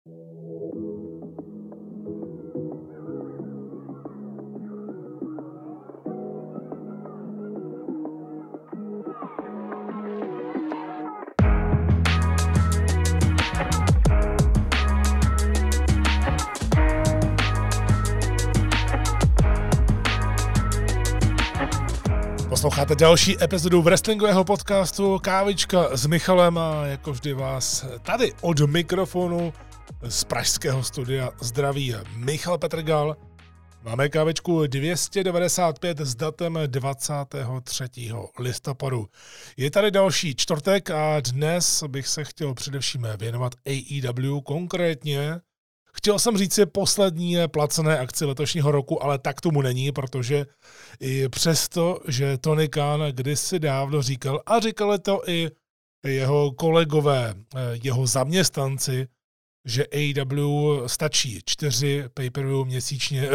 Posloucháte další epizodu wrestlingového podcastu Kávička s Michalem a jako vždy vás tady od mikrofonu z pražského studia zdraví Michal Petrgal. Máme kávičku 295 s datem 23. listopadu. Je tady další čtvrtek a dnes bych se chtěl především věnovat AEW, konkrétně chtěl jsem říct si poslední placené akci letošního roku, ale tak tomu není, protože i přesto, že Tony Khan kdysi dávno říkal, a říkali to i jeho kolegové, jeho zaměstnanci, že AEW stačí 4 pay-per-view měsíčně,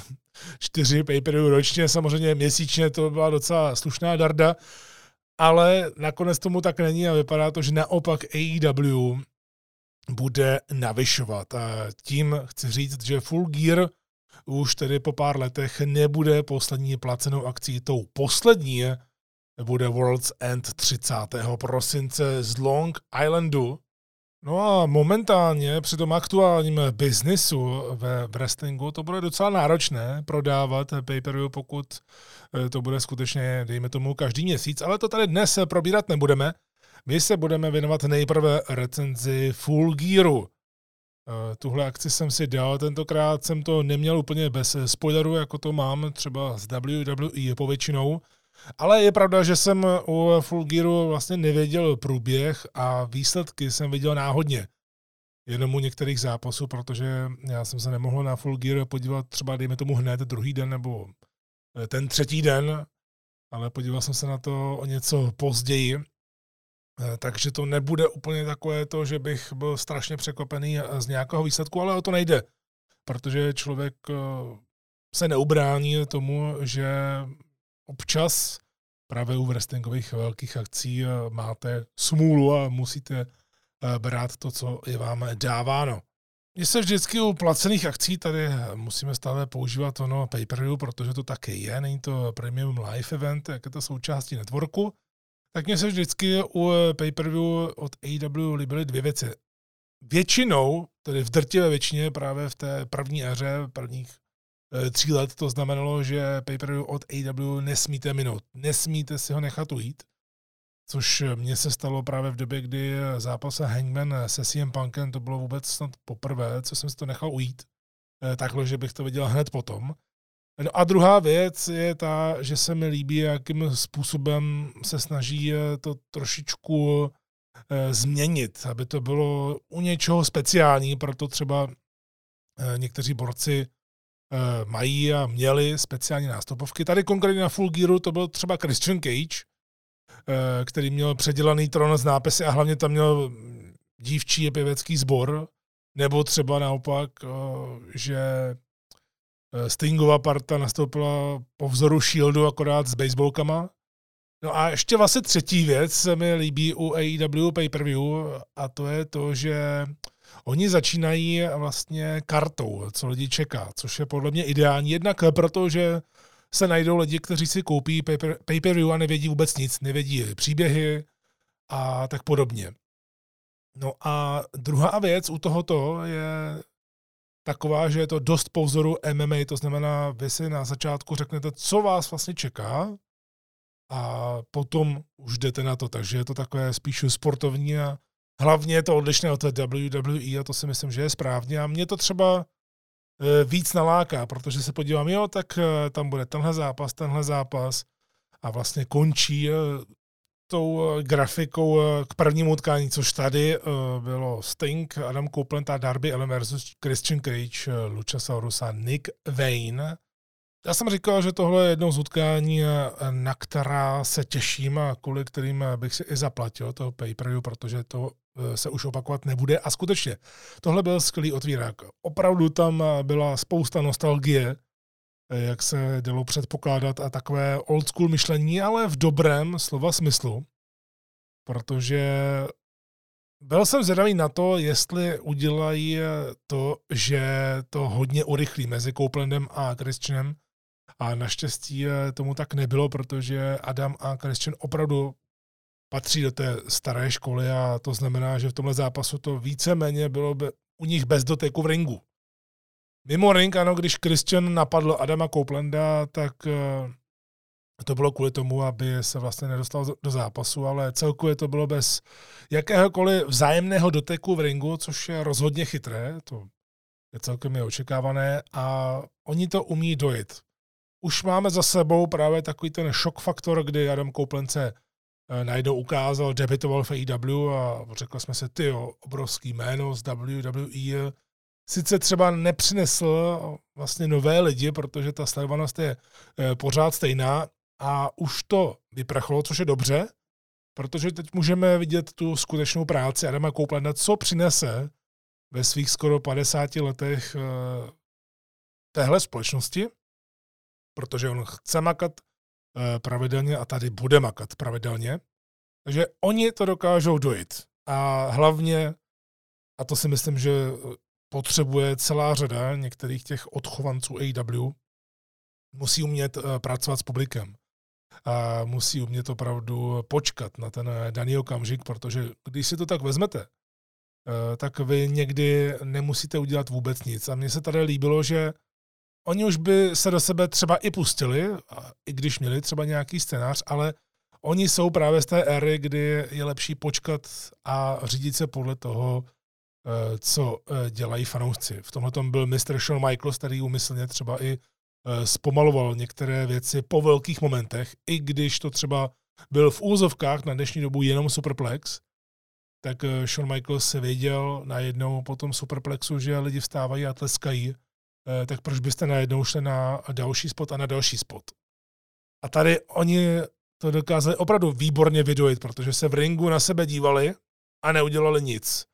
4 pay-per-view ročně, samozřejmě měsíčně to byla docela slušná darda, ale nakonec tomu tak není a vypadá to, že naopak AEW bude navyšovat. A tím chci říct, že Full Gear už tedy po pár letech nebude poslední placenou akcí. Tou poslední bude World's End 30. prosince z Long Islandu. No a momentálně při tom aktuálním biznisu ve wrestlingu to bude docela náročné prodávat pay-per-view, pokud to bude skutečně, dejme tomu, každý měsíc, ale to tady dnes probírat nebudeme. My se budeme věnovat nejprve recenzi Full Gearu. Tuhle akci jsem si dal, tentokrát jsem to neměl úplně bez spoileru, jako to mám třeba z WWE povětšinou, ale je pravda, že jsem u Full Gearu vlastně nevěděl průběh a výsledky jsem viděl náhodně. Jenom u některých zápasů, protože já jsem se nemohl na Full Gear podívat třeba, dejme tomu, hned druhý den nebo ten třetí den, ale podíval jsem se na to o něco později. Takže to nebude úplně takové to, že bych byl strašně překvapený z nějakého výsledku, ale o to nejde, protože člověk se neubrání tomu, že občas právě u wrestlingových velkých akcí máte smůlu a musíte brát to, co je vám dáváno. Mně se vždycky u placených akcí tady musíme stále používat ono pay-per-view, protože to taky je, není to premium live event, jak je to součástí networku. Tak mně se vždycky u pay-per-view od AEW líbily dvě věci. Většinou, tedy v drtivé většině právě v té první éře, prvních 3 let, to znamenalo, že pay-per-view od AEW nesmíte minout. Nesmíte si ho nechat ujít, což mně se stalo právě v době, kdy zápas Hangman se CM Punkem, to bylo vůbec snad poprvé, co jsem si to nechal ujít, takhle, že bych to viděl hned potom. No a druhá věc je ta, že se mi líbí, jakým způsobem se snaží to trošičku změnit, aby to bylo u něčeho speciální, proto třeba někteří borci mají a měli speciální nástupovky. Tady konkrétně na Full Gearu to byl třeba Christian Cage, který měl předělaný tron z nápisy a hlavně tam měl dívčí pěvecký sbor, nebo třeba naopak, že Stingova parta nastoupila po vzoru Shieldu akorát s baseballkama. No a ještě vlastně třetí věc se mi líbí u AEW pay-per-view a to je to, že oni začínají vlastně kartou, co lidi čeká, což je podle mě ideální. Jednak proto, že se najdou lidi, kteří si koupí pay-per-view a nevědí vůbec nic, nevědí příběhy a tak podobně. No a druhá věc u tohoto je taková, že je to dost po vzoru MMA, to znamená, vy si na začátku řeknete, co vás vlastně čeká a potom už jdete na to, takže je to takové spíš sportovní a hlavně je to odlišné od WWE a to si myslím, že je správně a mě to třeba víc naláká, protože se podívám, jo, tak tam bude tenhle zápas a vlastně končí tou grafikou k prvnímu utkání, což tady bylo Sting, Adam Copeland a Darby Allin versus Christian Cage, Luchasaurus a Nick Wayne. Já jsem říkal, že tohle je jednou z utkání, na která se těším a kvůli kterým bych si i zaplatil toho pay-per-view, protože to se už opakovat nebude. A skutečně, tohle byl skvělý otvírák. Opravdu tam byla spousta nostalgie, jak se dalo předpokládat, a takové old school myšlení, ale v dobrém slova smyslu, protože byl jsem zvědavý na to, jestli udělají to, že to hodně urychlí mezi Copelandem a Christianem. A naštěstí tomu tak nebylo, protože Adam a Christian opravdu patří do té staré školy a to znamená, že v tomhle zápasu to víceméně bylo u nich bez doteku v ringu. Mimo ring, ano, když Christian napadl Adama Copelanda, tak to bylo kvůli tomu, aby se vlastně nedostal do zápasu, ale celkově to bylo bez jakéhokoliv vzájemného doteku v ringu, což je rozhodně chytré, to je celkem očekávané a oni to umí dojít. Už máme za sebou právě takový ten šok faktor, kdy Adam Copeland se najednou ukázal, debitoval v AEW a řekli jsme si, obrovský jméno z WWE, sice třeba nepřinesl vlastně nové lidi, protože ta sledovanost je pořád stejná a už to vyprchlo, což je dobře, protože teď můžeme vidět tu skutečnou práci Adama Copelanda, co přinese ve svých skoro 50 letech téhle společnosti, protože on chce makat pravidelně a tady bude makat pravidelně. Takže oni to dokážou dojít. A hlavně, a to si myslím, že potřebuje celá řada některých těch odchovanců AEW, musí umět pracovat s publikem. A musí umět opravdu počkat na ten daný okamžik, protože když si to tak vezmete, tak vy někdy nemusíte udělat vůbec nic. A mně se tady líbilo, že oni už by se do sebe třeba i pustili, i když měli třeba nějaký scénář, ale oni jsou právě z té éry, kdy je lepší počkat a řídit se podle toho, co dělají fanoušci. V tomhle tom byl Mr. Shawn Michaels, který úmyslně třeba i zpomaloval některé věci po velkých momentech, i když to třeba byl v úzovkách na dnešní dobu jenom Superplex, tak Shawn Michaels se věděl najednou po tom Superplexu, že lidi vstávají a tleskají, tak proč byste najednou šli na další spot a na další spot. A tady oni to dokázali opravdu výborně vydojit, protože se v ringu na sebe dívali a neudělali nic.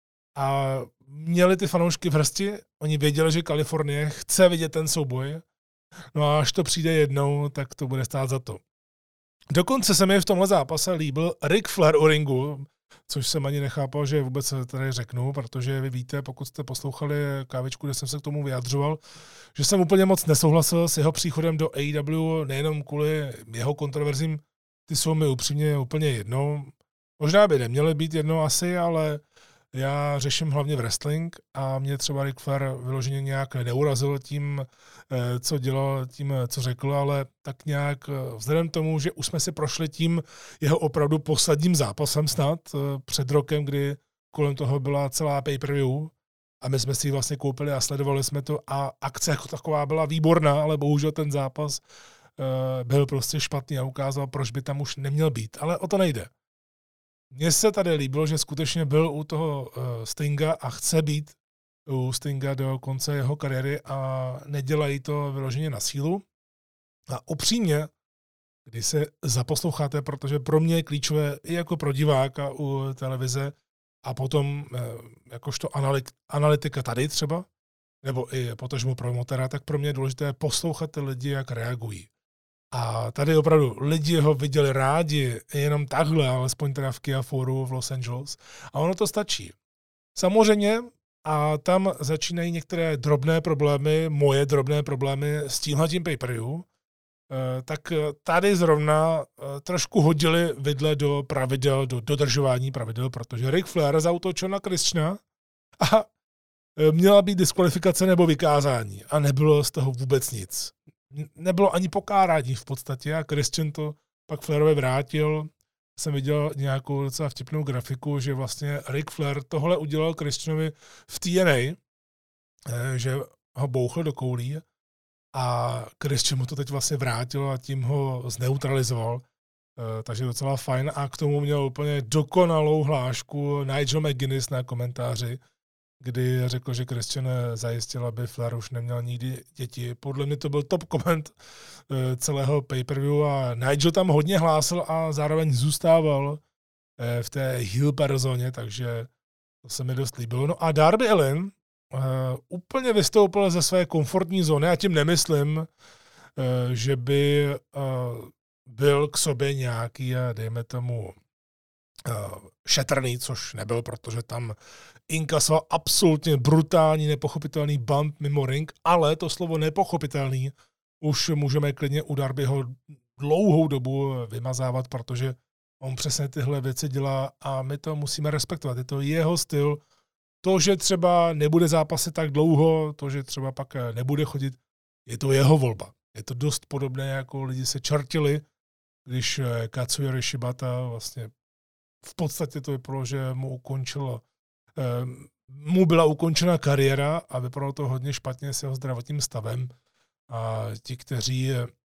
A měli ty fanoušky v hrsti, oni věděli, že Kalifornie chce vidět ten souboj, no a až to přijde jednou, tak to bude stát za to. Dokonce se mi v tomhle zápase líbil Ric Flair u ringu, což jsem ani nechápal, že vůbec tady řeknu, protože vy víte, pokud jste poslouchali kávičku, kde jsem se k tomu vyjadřoval, že jsem úplně moc nesouhlasil s jeho příchodem do AEW, nejenom kvůli jeho kontroverzím, ty jsou mi upřímně úplně jedno. Možná by neměly být jedno asi, ale já řeším hlavně wrestling a mě třeba Ric Flair vyloženě nějak neurazil tím, co dělal, tím, co řekl, ale tak nějak vzhledem tomu, že už jsme si prošli tím jeho opravdu posledním zápasem snad před rokem, kdy kolem toho byla celá pay-per-view a my jsme si ji vlastně koupili a sledovali jsme to a akce jako taková byla výborná, ale bohužel ten zápas byl prostě špatný a ukázal, proč by tam už neměl být, ale o to nejde. Mně se tady líbilo, že skutečně byl u toho Stinga a chce být u Stinga do konce jeho kariéry a nedělají to vyloženě na sílu. A upřímně, když se zaposloucháte, protože pro mě je klíčové i jako pro diváka u televize a potom jakožto analytika tady třeba, nebo i potažmo promotera, tak pro mě je důležité poslouchat ty lidi, jak reagují. A tady opravdu lidi ho viděli rádi, jenom takhle, alespoň teda v Kia Foru v Los Angeles. A ono to stačí. Samozřejmě, a tam začínají některé drobné problémy, moje drobné problémy s tímhletím pay-per-view, tak tady zrovna trošku hodili vidle do pravidel, do dodržování pravidel, protože Ric Flair zaútočil na Christiana a měla být diskvalifikace nebo vykázání. A nebylo z toho vůbec nic. Nebylo ani pokárání v podstatě a Christian to pak Flairovi vrátil. Jsem viděl nějakou docela vtipnou grafiku, že vlastně Ric Flair tohle udělal Christianovi v TNA, že ho bouchl do koulí a Christian mu to teď vlastně vrátil a tím ho zneutralizoval. Takže docela fajn a k tomu měl úplně dokonalou hlášku Nigel McGuinness na komentáři, kdy řekl, že Christian zajistil, aby Flair už neměl nikdy děti. Podle mě to byl top koment celého pay-per-view a Nigel tam hodně hlásil a zároveň zůstával v té heel personě, takže to se mi dost líbilo. No a Darby Allin úplně vystoupil ze své komfortní zóny a tím nemyslím, že by byl k sobě nějaký, dejme tomu, šetrný, což nebyl, protože tam inkasoval absolutně brutální, nepochopitelný bump mimo ring, ale to slovo nepochopitelný už můžeme klidně u Darbyho dlouhou dobu vymazávat, protože on přesně tyhle věci dělá a my to musíme respektovat. Je to jeho styl. To, že třeba nebude zápasit tak dlouho, to, že třeba pak nebude chodit, je to jeho volba. Je to dost podobné, jako lidi se čartili, když Katsuyori Shibata vlastně v podstatě to vypadalo, že mu byla ukončena kariéra a vypadalo to hodně špatně s jeho zdravotním stavem. A ti, kteří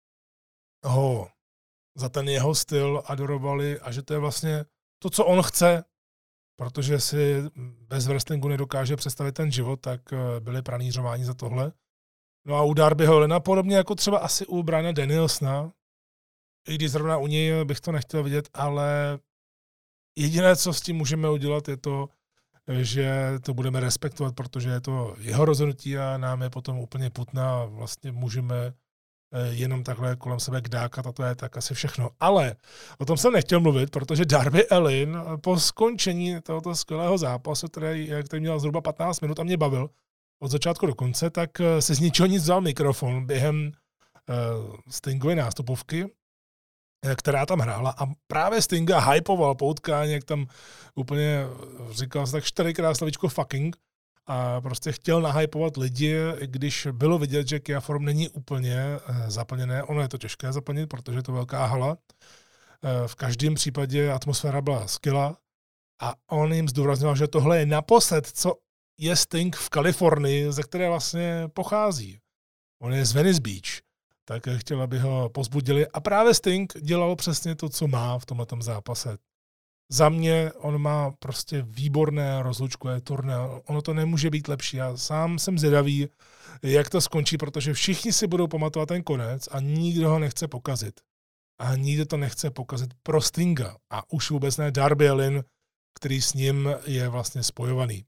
ho za ten jeho styl adorovali a že to je vlastně to, co on chce, protože si bez wrestlingu nedokáže představit ten život, tak byli pranířováni za tohle. No a u Darbyho Allina, podobně jako třeba asi u Briana Danielsona, i když zrovna u něj bych to nechtěl vidět, ale jediné, co s tím můžeme udělat, je to, že to budeme respektovat, protože je to jeho rozhodnutí a nám je potom úplně putná a vlastně můžeme jenom takhle kolem sebe kdákat a to je tak asi všechno. Ale o tom jsem nechtěl mluvit, protože Darby Allin po skončení tohoto skvělého zápasu, který měl zhruba 15 minut a mě bavil od začátku do konce, tak se z ničeho nic vzal mikrofon během Stingovy nástupovky, která tam hrála a právě Stinga hypoval po utkání, jak tam úplně říkal se tak 4krát slovíčko fucking a prostě chtěl nahypovat lidi, když bylo vidět, že Kiaforum není úplně zaplněné. Ono je to těžké zaplnit, protože je to velká hala. V každém případě atmosféra byla skvělá a on jim zdůraznil, že tohle je naposled, co je Sting v Kalifornii, ze které vlastně pochází. On je z Venice Beach, tak chtěl, aby ho pozbudili a právě Sting dělal přesně to, co má v tomhletom zápase. Za mě on má prostě výborné rozlučkové turné, ono to nemůže být lepší. Já sám jsem zvědavý, jak to skončí, protože všichni si budou pamatovat ten konec a nikdo ho nechce pokazit. A nikdo to nechce pokazit pro Stinga a už vůbec ne Darby Allin, který s ním je vlastně spojovaný.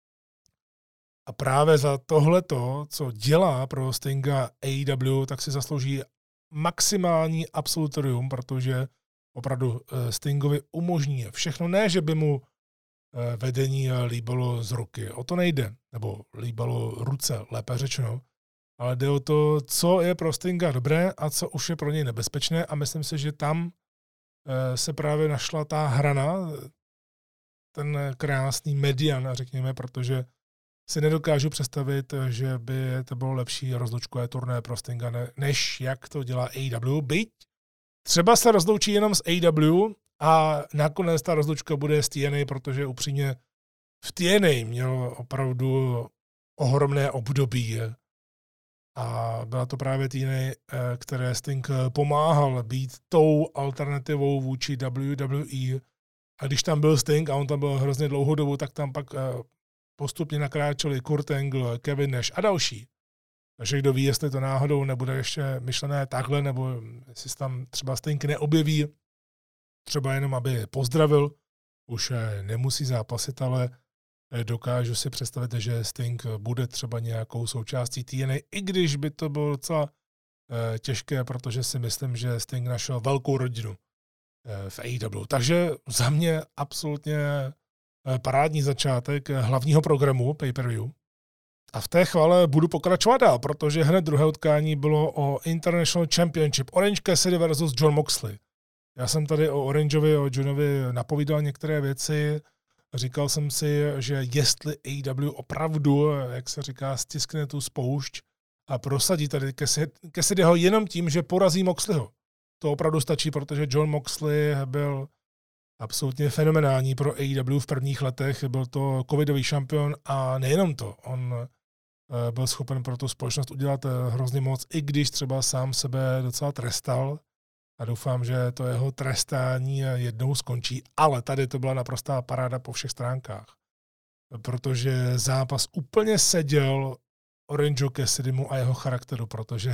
A právě za tohleto, co dělá pro Stinga AEW, tak si zaslouží maximální absolutorium, protože opravdu Stingovi umožní všechno. Ne, že by mu vedení líbilo z ruky. O to nejde. Nebo líbilo ruce, lépe řečeno. Ale jde o to, co je pro Stinga dobré a co už je pro něj nebezpečné. A myslím si, že tam se právě našla ta hrana, ten krásný median, řekněme, protože si nedokážu představit, že by to bylo lepší rozlučkové turné pro Stinga, než jak to dělá AEW. Byť třeba se rozloučí jenom s AEW a nakonec ta rozlučka bude s TNA, protože upřímně v TNA měl opravdu ohromné období. A byla to právě TNA, které Sting pomáhal být tou alternativou vůči WWE. A když tam byl Sting a on tam byl hrozně dlouhou dobu, tak tam pak postupně nakráčeli Kurt Angle, Kevin Nash a další. Takže kdo ví, jestli to náhodou nebude ještě myšlené takhle, nebo jestli se tam třeba Sting neobjeví, třeba jenom, aby pozdravil, už nemusí zápasit, ale dokážu si představit, že Sting bude třeba nějakou součástí TNA, i když by to bylo docela těžké, protože si myslím, že Sting našel velkou rodinu v AEW. Takže za mě absolutně parádní začátek hlavního programu pay-per-view. A v té chvále budu pokračovat dál, protože hned druhé utkání bylo o International Championship Orange Cassidy versus Jon Moxley. Já jsem tady o Orangeovi, o Jonovi napovídal některé věci. Říkal jsem si, že jestli AEW opravdu, jak se říká, stiskne tu spoušť a prosadí tady Cassidyho jenom tím, že porazí Moxleyho. To opravdu stačí, protože Jon Moxley byl absolutně fenomenální pro AEW v prvních letech. Byl to covidový šampion a nejenom to. On byl schopen pro tu společnost udělat hrozně moc, i když třeba sám sebe docela trestal. A doufám, že to jeho trestání jednou skončí. Ale tady to byla naprostá paráda po všech stránkách. Protože zápas úplně seděl Orangeu Cassidymu a jeho charakteru, protože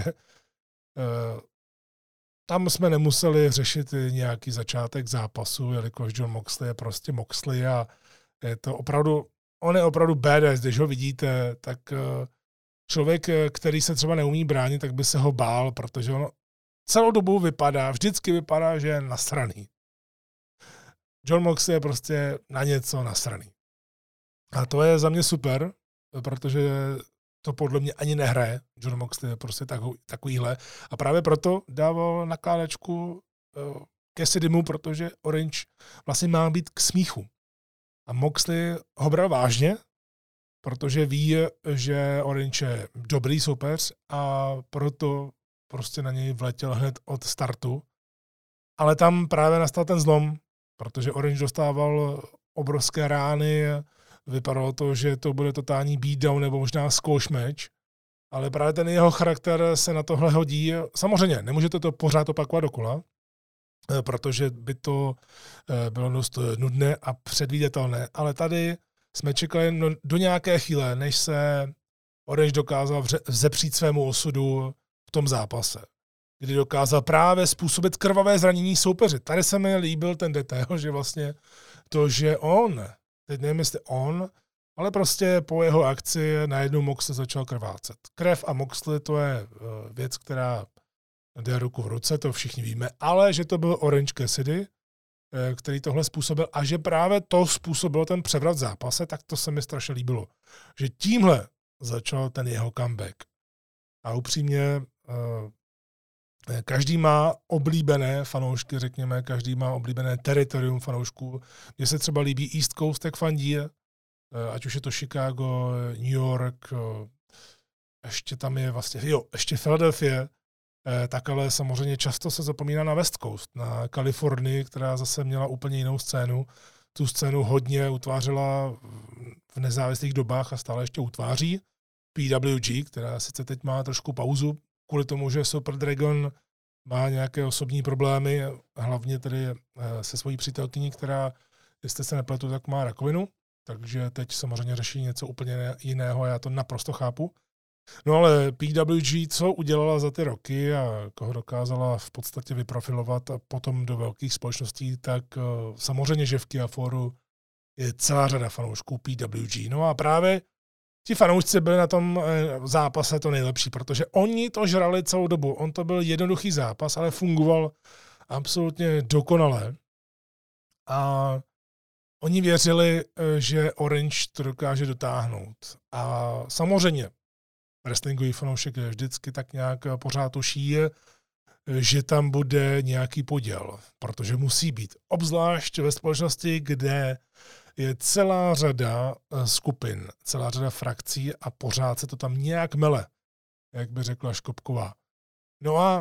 tam jsme nemuseli řešit nějaký začátek zápasu, jelikož Jon Moxley je prostě Moxley a je to opravdu, on je opravdu badass, když ho vidíte, tak člověk, který se třeba neumí bránit, tak by se ho bál, protože on celou dobu vždycky vypadá, že je nasraný. Jon Moxley je prostě na něco nasraný. A to je za mě super, protože to podle mě ani nehraje. Jon Moxley je prostě takovýhle. A právě proto dával nakládačku Cassidymu, protože Orange vlastně má být k smíchu. A Moxley ho bral vážně, protože ví, že Orange je dobrý soupeř a proto prostě na něj vletěl hned od startu. Ale tam právě nastal ten zlom, protože Orange dostával obrovské rány, vypadalo to, že to bude totální beatdown nebo možná squash match, ale právě ten jeho charakter se na tohle hodí. Samozřejmě, nemůžete to pořád opakovat dokola, protože by to bylo dost nudné a předvídatelné, ale tady jsme čekali do nějaké chvíle, než se Orange dokázal vzepřít svému osudu v tom zápase, kdy dokázal právě způsobit krvavé zranění soupeře. Tady se mi líbil ten detail, že vlastně to, že on, teď nevím, jestli on, ale prostě po jeho akci najednou Moxley začal krvácet. Krev a Moxley, to je věc, která jde ruku v ruce, to všichni víme, ale že to byl Orange Cassidy, který tohle způsobil a že právě to způsobilo ten převrat v zápase, tak to se mi strašně líbilo. Že tímhle začal ten jeho comeback. A upřímně každý má oblíbené fanoušky, řekněme, každý má oblíbené teritorium fanoušků. Mně se třeba líbí East Coast, jak fandí, ať už je to Chicago, New York, ještě tam je vlastně, ještě Philadelphia, tak ale samozřejmě často se zapomíná na West Coast, na Kalifornii, která zase měla úplně jinou scénu. Tu scénu hodně utvářela v nezávislých dobách a stále ještě utváří. PWG, která sice teď má trošku pauzu, kvůli tomu, že Super Dragon má nějaké osobní problémy, hlavně tedy se svojí přítelkyní, která, jestli se nepletu, tak má rakovinu, takže teď samozřejmě řeší něco úplně jiného a já to naprosto chápu. No ale PWG, co udělala za ty roky a koho dokázala v podstatě vyprofilovat a potom do velkých společností, tak samozřejmě, že v Kiaforu je celá řada fanoušků PWG. No a právě ti fanoušci byli na tom zápase to nejlepší, protože oni to žrali celou dobu. On to byl jednoduchý zápas, ale fungoval absolutně dokonale. A oni věřili, že Orange to dokáže dotáhnout. A samozřejmě wrestlingový fanoušek vždycky tak nějak pořád tuší, že tam bude nějaký poděl, protože musí být. Obzvlášť ve společnosti, kde je celá řada skupin, celá řada frakcí a pořád se to tam nějak mele, jak by řekla Škopková. No a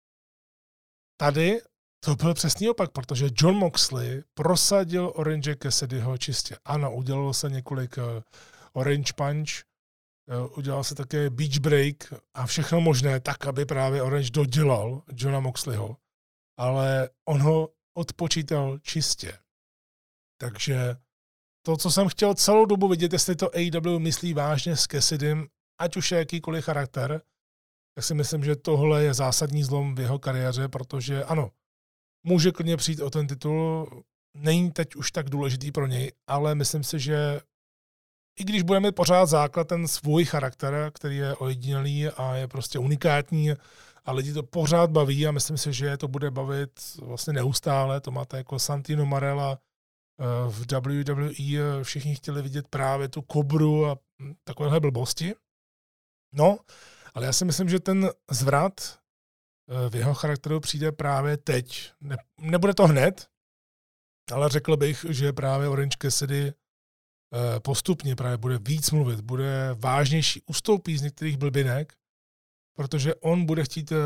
tady to byl přesný opak, protože Jon Moxley prosadil Orange Cassidyho čistě. Ano, udělalo se několik Orange Punch, udělal se také Beach Break a všechno možné tak, aby právě Orange dodělal Jona Moxleyho, ale on ho odpočítal čistě. Takže to, co jsem chtěl celou dobu vidět, jestli to AEW myslí vážně s Cassidym, ať už je jakýkoliv charakter, tak si myslím, že tohle je zásadní zlom v jeho kariéře, protože ano, může klidně přijít o ten titul, není teď už tak důležitý pro něj, ale myslím si, že i když bude mít pořád základ ten svůj charakter, který je ojedinělý a je prostě unikátní a lidi to pořád baví a myslím si, že to bude bavit vlastně neustále, to máte jako Santino Marella v WWE, všichni chtěli vidět právě tu kobru a takovéhle blbosti. No, ale já si myslím, že ten zvrat v jeho charakteru přijde právě teď. Nebude to hned, ale řekl bych, že právě Orange Cassidy postupně právě bude víc mluvit, bude vážnější, ustoupí z některých blbinek, protože on bude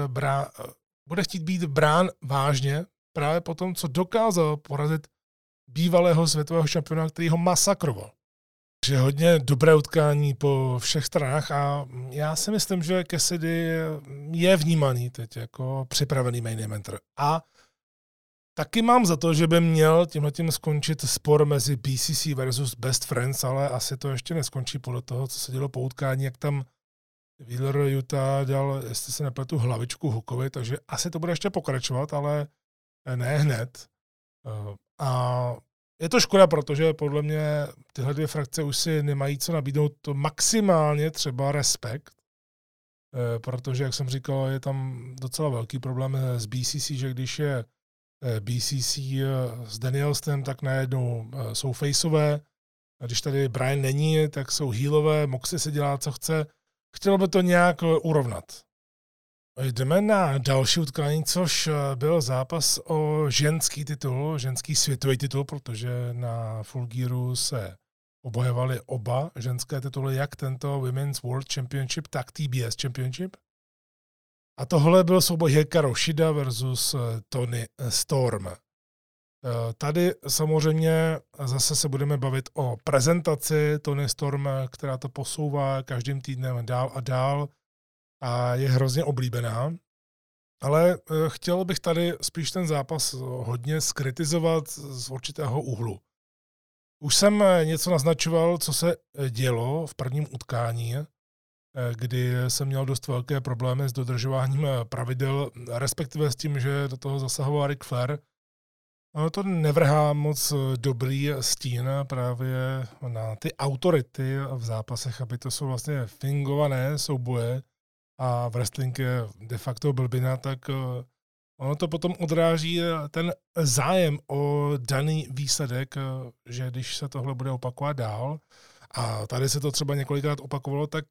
chtít být brán vážně právě po tom, co dokázal porazit bývalého světového šampiona, který ho masakroval. Takže hodně dobré utkání po všech stranách a já si myslím, že Cassidy je vnímaný teď jako připravený main eventer. A taky mám za to, že by měl tímhletím skončit spor mezi BCC versus Best Friends, ale asi to ještě neskončí podle toho, co se dělo po utkání, jak tam Wheeler Yuta dal, jestli se nepletu, hlavičku Hookovi, takže asi to bude ještě pokračovat, ale ne hned. A je to škoda, protože podle mě tyhle dvě frakce už si nemají co nabídnout, to maximálně třeba respekt, protože, jak jsem říkal, je tam docela velký problém s BCC, že když je BCC s Danielsem, tak najednou jsou faceové. A když tady Brian není, tak jsou healové, Moxie se dělá, co chce. Chtělo by to nějak urovnat. Jdeme na další utkání, což byl zápas o ženský titul, ženský světový titul, protože na Full Gearu se obojovaly oba ženské tituly, jak tento Women's World Championship, tak TBS Championship. A tohle byl souboj Hikaru Shida versus Toni Storm. Tady samozřejmě zase se budeme bavit o prezentaci Toni Storm, která to posouvá každým týdnem dál a dál a je hrozně oblíbená. Ale chtěl bych tady spíš ten zápas hodně skritizovat z určitého úhlu. Už jsem něco naznačoval, co se dělo v prvním utkání, kdy jsem měl dost velké problémy s dodržováním pravidel, respektive s tím, že do toho zasahoval Ric Flair. Ono to nevrhá moc dobrý stín právě na ty autority v zápasech, aby to jsou vlastně fingované souboje a wrestling je de facto blbina, tak ono to potom odráží ten zájem o daný výsledek, že když se tohle bude opakovat dál, a tady se to třeba několikrát opakovalo, tak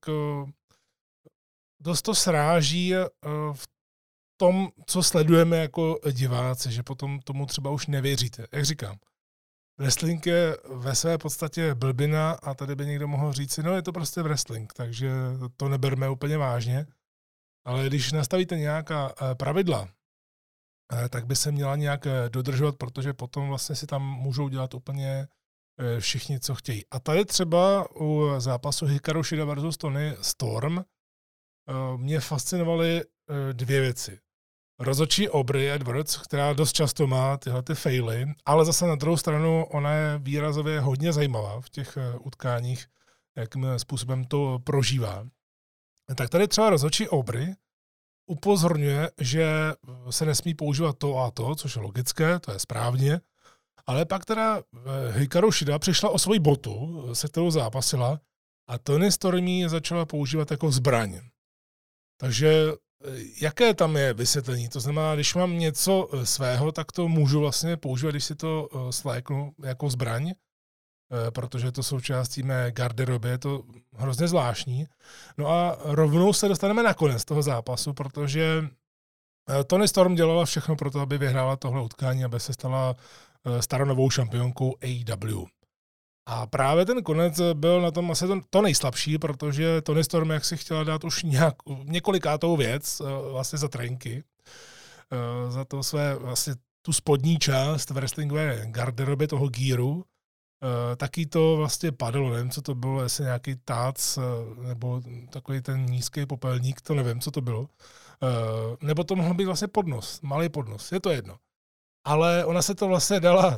dost to sráží v tom, co sledujeme jako diváci, že potom tomu třeba už nevěříte. Jak říkám, wrestling je ve své podstatě blbina a tady by někdo mohl říct si, no je to prostě wrestling, takže to neberme úplně vážně. Ale když nastavíte nějaká pravidla, tak by se měla nějak dodržovat, protože potom vlastně si tam můžou dělat úplně všichni, co chtějí. A tady třeba u zápasu Hikaru Shida versus Toni Storm mě fascinovaly dvě věci. Rozhodčí Aubrey Edwards, která dost často má tyhle ty faily, ale zase na druhou stranu ona je výrazově hodně zajímavá v těch utkáních, jakým způsobem to prožívá. Tak tady třeba rozhodčí Aubrey upozorňuje, že se nesmí používat to a to, což je logické, to je správně, ale pak teda Hikaru Shida přišla o svoji botu, se kterou zápasila, a Toni Storm ji začala používat jako zbraň. Takže jaké tam je vysvětlení? To znamená, když mám něco svého, tak to můžu vlastně používat, když si to svléknu jako zbraň, protože to součástí mé garderoby, je to hrozně zvláštní. No a rovnou se dostaneme na konec toho zápasu, protože Toni Storm dělala všechno pro to, aby vyhrála tohle utkání, aby se stala staronovou šampionkou AEW. A právě ten konec byl na tom asi to nejslabší, protože Toni Storm jak si chtěla dát už několikátou věc vlastně za trenky, za to své vlastně tu spodní část wrestlingové garderoby toho gearu, taky to vlastně padlo, nevím, co to bylo, jestli nějaký tác nebo takový ten nízký popelník, to nevím, co to bylo. Nebo to mohl být vlastně podnos, malý podnos, je to jedno. Ale ona se to vlastně dala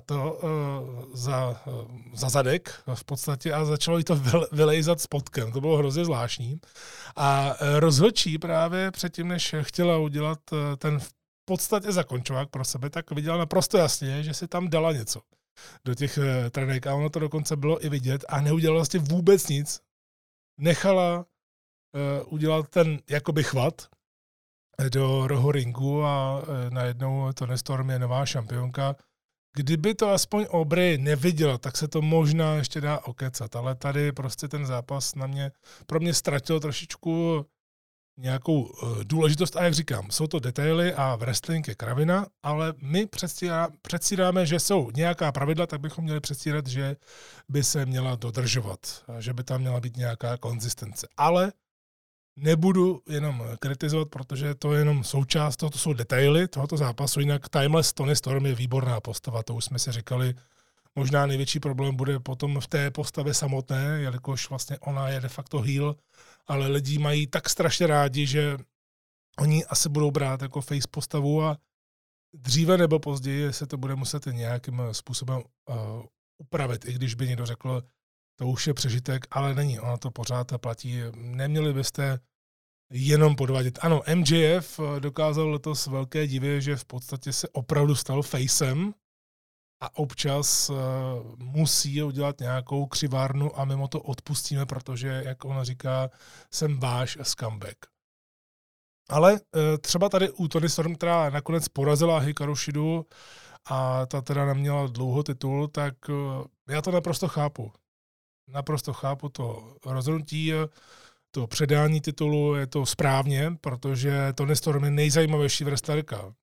za zadek v podstatě a začalo jí to vylejzat spodkem. To bylo hrozně zvláštní. A rozhodčí právě předtím, než chtěla udělat ten v podstatě zakončovák pro sebe, tak viděla naprosto jasně, že si tam dala něco do těch trenek a ono to dokonce bylo i vidět a neudělala vlastně vůbec nic. Nechala udělat ten jakoby chvat do rohu ringu a najednou Toni Storm je nová šampionka. Kdyby to aspoň Aubrey neviděla, tak se to možná ještě dá okecat, ale tady prostě ten zápas pro mě ztratil trošičku nějakou důležitost a jak říkám, jsou to detaily a wrestling je kravina, ale my předstíráme, že jsou nějaká pravidla, tak bychom měli předstírat, že by se měla dodržovat, že by tam měla být nějaká konzistence. Ale nebudu jenom kritizovat, protože to je jenom součást toho, to jsou detaily tohoto zápasu, jinak Timeless Toni Storm je výborná postava, to už jsme si říkali. Možná největší problém bude potom v té postavě samotné, jelikož vlastně ona je de facto heel, ale lidi mají tak strašně rádi, že oni asi budou brát jako face postavu a dříve nebo později se to bude muset nějakým způsobem upravit, i když by někdo řekl, to už je přežitek, ale není, ono to pořád platí. Neměli byste jenom podvádět. Ano, MJF dokázal letos velké divy, že v podstatě se opravdu stal facem a občas musí udělat nějakou křivárnu a mimo to odpustíme, protože, jak ona říká, jsem váš scumbag. Ale třeba tady u Toni Storm, která nakonec porazila Hikaru Shidu a ta teda neměla dlouho titul, tak já to naprosto chápu. Naprosto chápu to rozhodnutí, to předání titulu, je to správně, protože Toni Storm je nejzajímavější wrestlerka.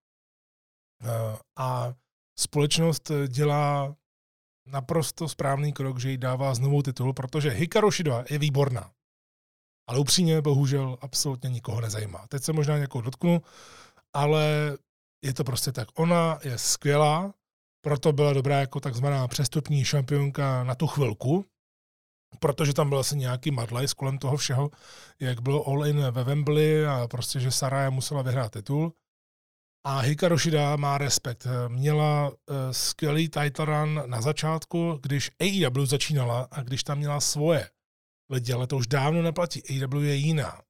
A společnost dělá naprosto správný krok, že jí dává znovu titul, protože Hikaru Shida je výborná. Ale upřímně, bohužel, absolutně nikoho nezajímá. Teď se možná někoho dotknu, ale je to prostě tak. Ona je skvělá, proto byla dobrá jako takzvaná přestupní šampionka na tu chvilku, protože tam byl asi nějaký madlajs kolem toho všeho, jak bylo all-in ve Wembley a prostě, že Saraya musela vyhrát titul. A Hikaru Shida má respekt. Měla skvělý title run na začátku, když AEW začínala a když tam měla svoje lidi, ale to už dávno neplatí. AEW je jiná.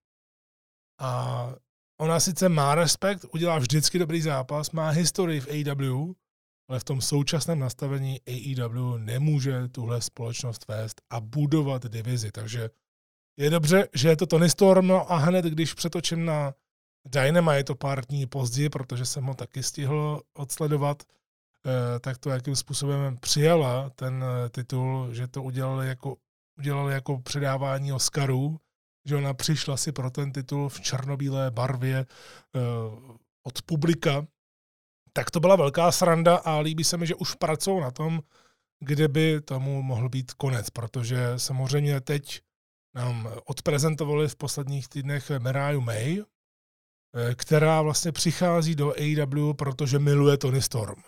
A ona sice má respekt, udělá vždycky dobrý zápas, má historii v AEW, ale v tom současném nastavení AEW nemůže tuhle společnost vést a budovat divizi. Takže je dobře, že je to Toni Storm, no a hned, když přetočím na Dynamite o pár dní později, protože jsem ho taky stihl odsledovat, tak to jakým způsobem přijala ten titul, že to udělali jako předávání Oscarů, že ona přišla si pro ten titul v černobílé barvě od publika, tak to byla velká sranda a líbí se mi, že už pracují na tom, kde by tomu mohl být konec, protože samozřejmě teď nám odprezentovali v posledních týdnech Mariah May, která vlastně přichází do AEW, protože miluje Toni Storm.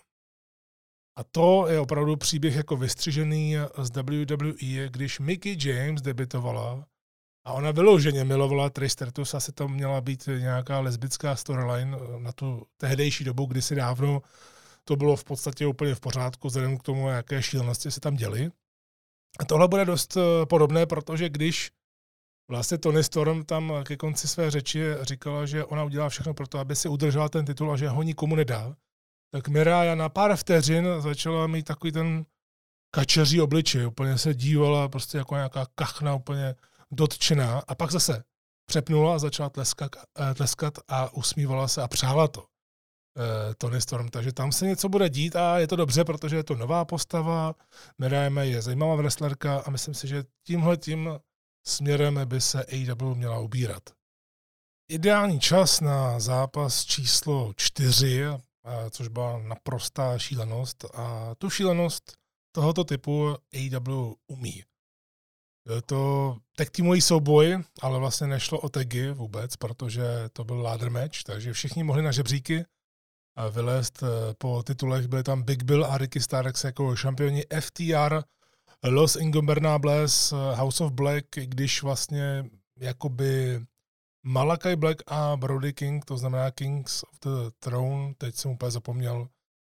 A to je opravdu příběh jako vystřižený z WWE, když Mickie James debitovala a ona vyloženě milovala Trish Stratus, asi tam měla být nějaká lesbická storyline na tu tehdejší dobu, kdysi dávno to bylo v podstatě úplně v pořádku, vzhledem k tomu, jaké šílenosti se tam děly. A tohle bude dost podobné, protože když vlastně Toni Storm tam ke konci své řeči říkala, že ona udělá všechno pro to, aby si udržela ten titul a že ho nikomu nedá, tak Mariah na pár vteřin začala mít takový ten kačeří obličej, úplně se dívala prostě jako nějaká kachna, úplně dotčená a pak zase přepnula a začala tleskat a usmívala se a přála to Toni Storm, takže tam se něco bude dít a je to dobře, protože je to nová postava, Mariah May je zajímavá wrestlerka a myslím si, že tímhletím směrem by se AEW měla ubírat. Ideální čas na zápas číslo 4, což byla naprostá šílenost a tu šílenost tohoto typu AEW umí. Byl to tag teamový souboj, ale vlastně nešlo o tagy vůbec, protože to byl ladder match, takže všichni mohli na žebříky vylézt po titulech. Byli tam Big Bill a Ricky Starks jako šampioni FTR, Los Ingobernables, House of Black, když vlastně jakoby Malachi Black a Brody King, to znamená Kings of the Throne, teď jsem úplně zapomněl,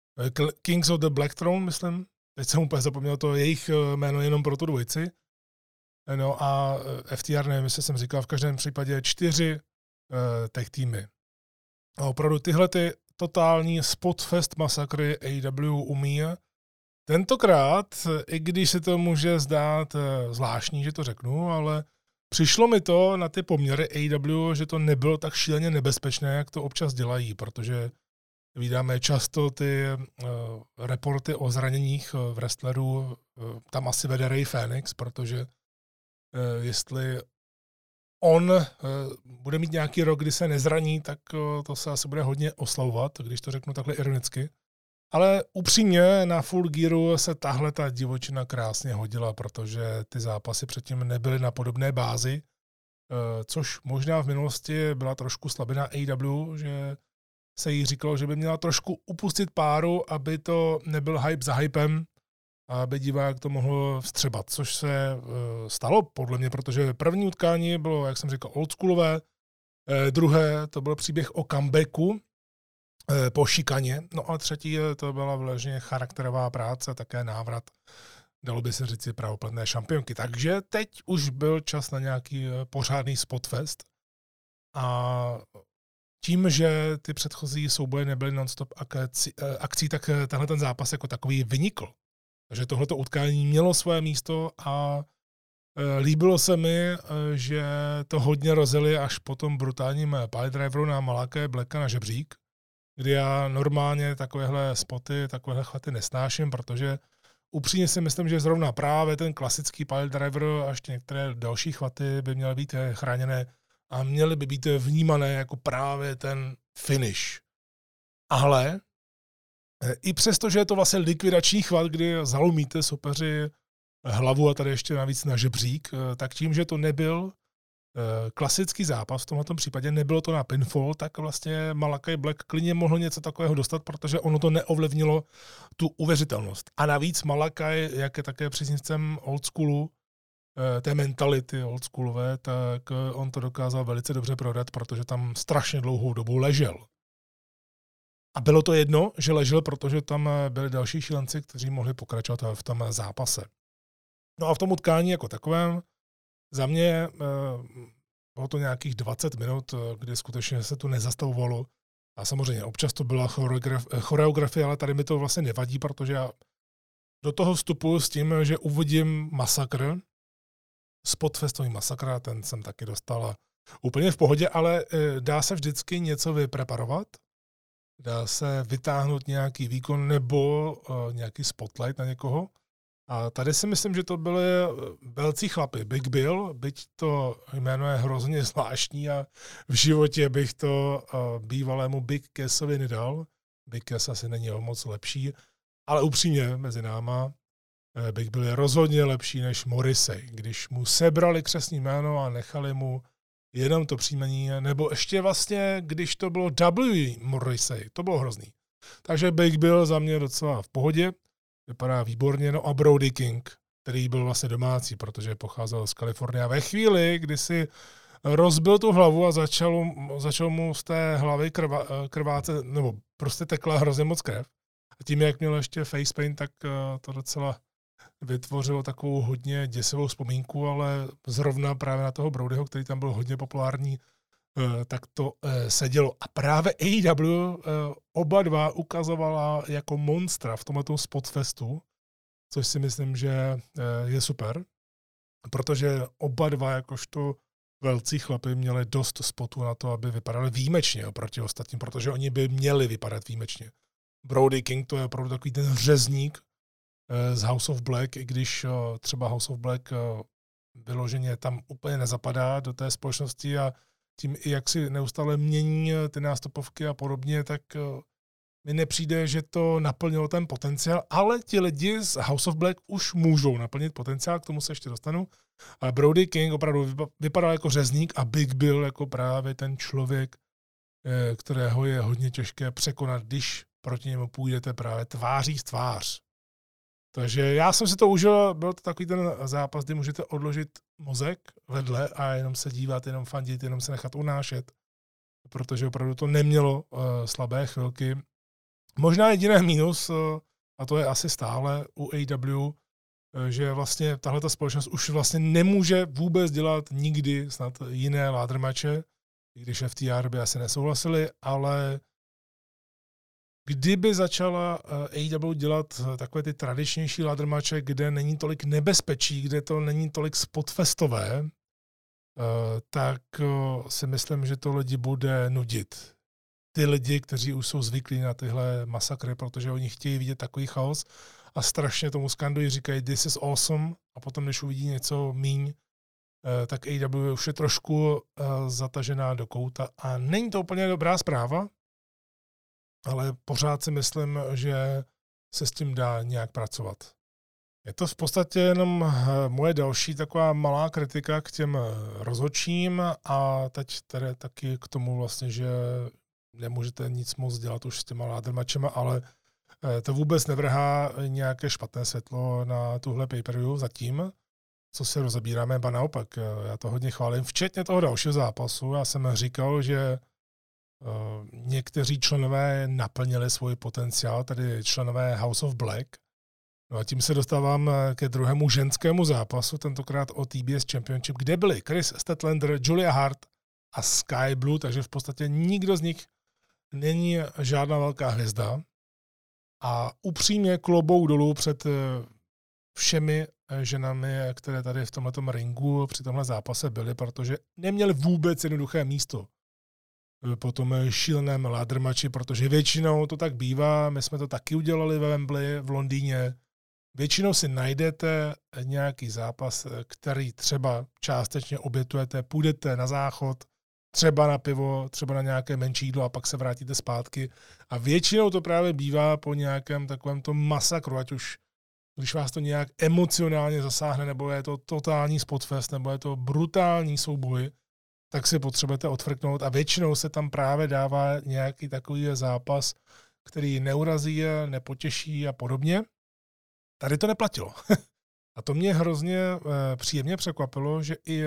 Kings of the Black Throne, myslím, teď jsem úplně zapomněl to jejich jméno jenom pro tu dvojici. No a FTR, nevím, jestli jsem říkal, v každém případě 4 tag týmy. A opravdu tyhle ty totální spotfest masakry AEW umí. Tentokrát, i když se to může zdát zvláštní, že to řeknu, ale přišlo mi to na ty poměry AEW, že to nebylo tak šíleně nebezpečné, jak to občas dělají, protože vídáme často ty reporty o zraněních wrestlerů, tam asi vede Ray Phoenix, protože jestli on bude mít nějaký rok, kdy se nezraní, tak to se asi bude hodně oslavovat, když to řeknu takhle ironicky. Ale upřímně na Full Gearu se tahle ta divočina krásně hodila, protože ty zápasy předtím nebyly na podobné bázi, což možná v minulosti byla trošku slabina AEW, že se jí říkalo, že by měla trošku upustit páru, aby to nebyl hype za hypem, a aby divák to mohl vstřebat, což se stalo podle mě, protože první utkání bylo, jak jsem říkal, oldschoolové, druhé to byl příběh o comebacku po šikaně, no a třetí to byla vležně charakterová práce, také návrat, dalo by se říct, pravoplatné šampionky. Takže teď už byl čas na nějaký pořádný spotfest a tím, že ty předchozí souboje nebyly non-stop akcí, tak tenhle ten zápas jako takový vynikl. Takže tohleto utkání mělo své místo a Líbilo se mi, že to hodně rozjeli až po tom brutálním piledriveru na Malakai Blacka na žebřík, kdy já normálně takovéhle spoty, takovéhle chvaty nesnáším, protože upřímně si myslím, že zrovna právě ten klasický piledriver a ještě některé další chvaty by měly být chráněné a měly by být vnímané jako právě ten finish. Ale i přesto, že je to vlastně likvidační chvat, kdy zalomíte soupeři hlavu a tady ještě navíc na žebřík, tak tím, že to nebyl klasický zápas, v tomto případě nebylo to na pinfall, tak vlastně Malakai Black klidně mohl něco takového dostat, protože ono to neovlivnilo tu uvěřitelnost. A navíc Malakai, jak je také příznivcem old schoolu, té mentality old schoolové, tak on to dokázal velice dobře prodat, protože tam strašně dlouhou dobu ležel. A bylo to jedno, že ležel, protože tam byli další šílenci, kteří mohli pokračovat v tom zápase. No a v tom utkání jako takovém za mě bylo to nějakých 20 minut, kdy skutečně se tu nezastavovalo. A samozřejmě občas to byla choreografie, ale tady mi to vlastně nevadí, protože já do toho vstupuji s tím, že uvidím masakr, spotfestový masakr, ten jsem taky dostal úplně v pohodě, ale dá se vždycky něco vypreparovat, dá se vytáhnout nějaký výkon nebo nějaký spotlight na někoho. A tady si myslím, že to byly velcí chlapy. Big Bill, byť to jméno je hrozně zvláštní a v životě bych to bývalému Big Cassovi nedal. Big Cass asi není o moc lepší, ale upřímně mezi náma Big Bill je rozhodně lepší než Morrissey. Když mu sebrali křestní jméno a nechali mu jenom to příjmení, nebo ještě vlastně, když to bylo W. Morrissey, to bylo hrozný. Takže Big Bill za mě docela v pohodě. Vypadá výborně. No a Brody King, který byl vlastně domácí, protože pocházel z Kalifornie. A ve chvíli, kdy si rozbil tu hlavu a začal mu z té hlavy krvácet, nebo prostě tekla hrozně moc krev. A tím, jak měl ještě face paint, tak to docela vytvořilo takovou hodně děsivou vzpomínku, ale zrovna právě na toho Brodyho, který tam byl hodně populární, tak to sedělo. A právě AEW oba dva ukazovala jako monstra v tomto spotfestu, což si myslím, že je super, protože oba dva jakožto velcí chlapi měli dost spotů na to, aby vypadali výjimečně oproti ostatním, protože oni by měli vypadat výjimečně. Brody King to je opravdu takový ten řezník z House of Black, i když třeba House of Black vyloženě tam úplně nezapadá do té společnosti a tím, jak si neustále mění ty nástupovky a podobně, tak mi nepřijde, že to naplnilo ten potenciál, ale ti lidi z House of Black už můžou naplnit potenciál, k tomu se ještě dostanu. A Brody King opravdu vypadal jako řezník a Big Bill jako právě ten člověk, kterého je hodně těžké překonat, když proti němu půjdete právě tváří v tvář. Takže já jsem si to užil, byl to takový ten zápas, kdy můžete odložit mozek vedle a jenom se dívat, jenom fandit, jenom se nechat unášet, protože opravdu to nemělo slabé chvilky. Možná jediné mínus, a to je asi stále u AEW, že vlastně tahleta společnost už vlastně nemůže vůbec dělat nikdy snad jiné ladder matche, i když FTR by asi nesouhlasili, ale kdyby začala AEW dělat takové ty tradičnější ladder matche, kde není tolik nebezpečí, kde to není tolik spotfestové, tak si myslím, že to lidi bude nudit. Ty lidi, kteří už jsou zvyklí na tyhle masakry, protože oni chtějí vidět takový chaos a strašně tomu skandují, říkají this is awesome a potom, když uvidí něco míň, tak AEW už je trošku zatažená do kouta a není to úplně dobrá zpráva, ale pořád si myslím, že se s tím dá nějak pracovat. Je to v podstatě jenom moje další taková malá kritika k těm rozhodčím a teď tedy taky k tomu vlastně, že nemůžete nic moc dělat už s těma ladder matchema, ale to vůbec nevrhá nějaké špatné světlo na tuhle pay-per-view zatím, co se rozebíráme, ba naopak. Já to hodně chválím, včetně toho dalšího zápasu. Já jsem říkal, že někteří členové naplnili svůj potenciál, tedy členové House of Black. No a tím se dostávám ke druhému ženskému zápasu, tentokrát o TBS Championship, kde byli Chris Statlander, Julia Hart a Sky Blue, takže v podstatě nikdo z nich není žádná velká hvězda. A upřímně klobouk dolů před všemi ženami, které tady v tomhletom ringu při tomhle zápase byly, protože neměli vůbec jednoduché místo po tom šíleném ladder matchi, protože většinou to tak bývá, my jsme to taky udělali ve Wembley v Londýně. Většinou si najdete nějaký zápas, který třeba částečně obětujete, půjdete na záchod, třeba na pivo, třeba na nějaké menší jídlo a pak se vrátíte zpátky. A většinou to právě bývá po nějakém takovém tom masakru, ať už když vás to nějak emocionálně zasáhne, nebo je to totální spotfest, nebo je to brutální souboj, tak si potřebujete odfrknout a většinou se tam právě dává nějaký takový zápas, který neurazí, nepotěší a podobně. Tady to neplatilo. A to mě hrozně příjemně překvapilo, že i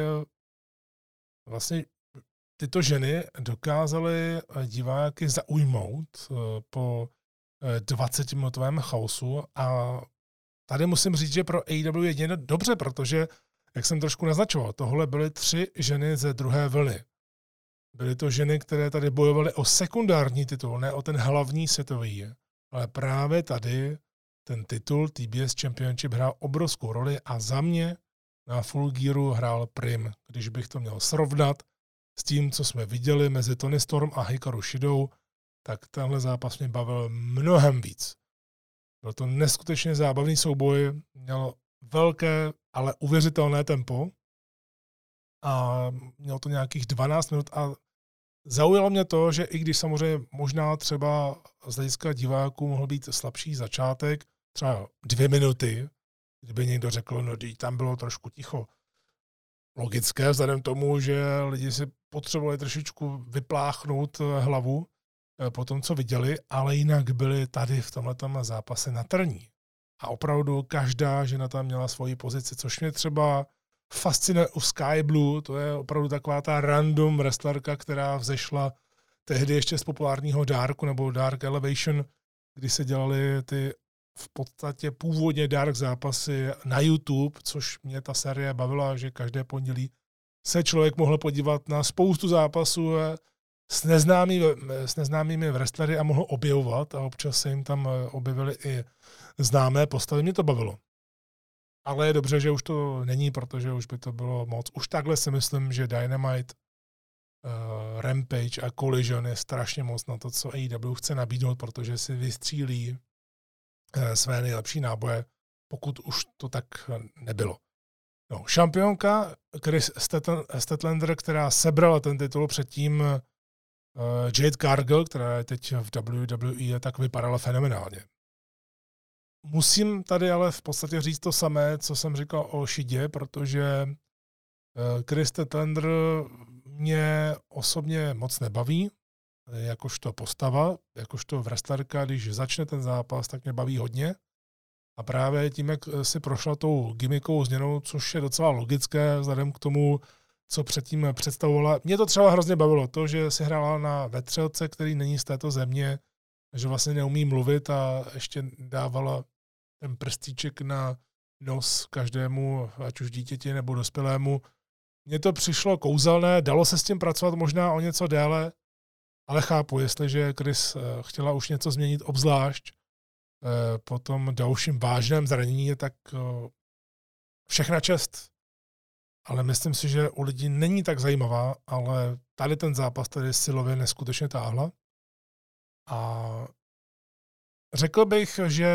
vlastně tyto ženy dokázaly diváky zaujmout po 20-minutovém chaosu a tady musím říct, že pro AEW je jen dobře, protože, jak jsem trošku naznačoval, tohle byly 3 ženy ze druhé vlny. Byly to ženy, které tady bojovaly o sekundární titul, ne o ten hlavní světový. Ale právě tady ten titul TBS Championship hrál obrovskou roli a za mě na Full Gearu hrál prim. Když bych to měl srovnat s tím, co jsme viděli mezi Toni Storm a Hikaru Shidou, tak tenhle zápas mě bavil mnohem víc. Byl to neskutečně zábavný souboj, měl velké, ale uvěřitelné tempo a měl to nějakých 12 minut a zaujalo mě to, že i když samozřejmě možná třeba z hlediska diváků mohl být slabší začátek, třeba 2 minuty, kdyby někdo řekl, no tam bylo trošku ticho. Logické vzhledem tomu, že lidi si potřebovali trošičku vypláchnout hlavu po tom, co viděli, ale jinak byli tady v tomhletom zápase na trní. A opravdu každá žena tam měla svoji pozici, což mě třeba fascinuje u Sky Blue, to je opravdu taková ta random wrestlerka, která vzešla tehdy ještě z populárního Darku nebo Dark Elevation, kdy se dělaly ty v podstatě původně Dark zápasy na YouTube, což mě ta série bavila, že každé pondělí se člověk mohl podívat na spoustu zápasů s neznámými wrestlery a mohl objevovat a občas se jim tam objevily i známé postavy. Mě to bavilo. Ale je dobře, že už to není, protože už by to bylo moc. Už takhle si myslím, že Dynamite, Rampage a Collision je strašně moc na to, co AEW chce nabídnout, protože si vystřílí své nejlepší náboje, pokud už to tak nebylo. No, šampionka Chris Statlander, která sebrala ten titul předtím Jade Cargill, která je teď v WWE, tak vypadala fenomenálně. Musím tady ale v podstatě říct to samé, co jsem říkal o Shidě, protože Chris Statlander mě osobně moc nebaví, jakožto postava, jakožto wrestlerka, když začne ten zápas, tak mě baví hodně. A právě tím, jak si prošla tou gimmickovou změnou, což je docela logické vzhledem k tomu, co předtím představovala. Mě to třeba hrozně bavilo, to, že si hrála na vetřelce, který není z této země, že vlastně neumí mluvit a ještě dávala ten prstíček na nos každému, ať už dítěti nebo dospělému. Mně to přišlo kouzelné, dalo se s tím pracovat možná o něco déle, ale chápu, jestliže Chris chtěla už něco změnit, obzvlášť po tom dalším vážném zranění, tak všechna čest. Ale myslím si, že u lidí není tak zajímavá, ale tady ten zápas tady silově neskutečně táhla. A řekl bych, že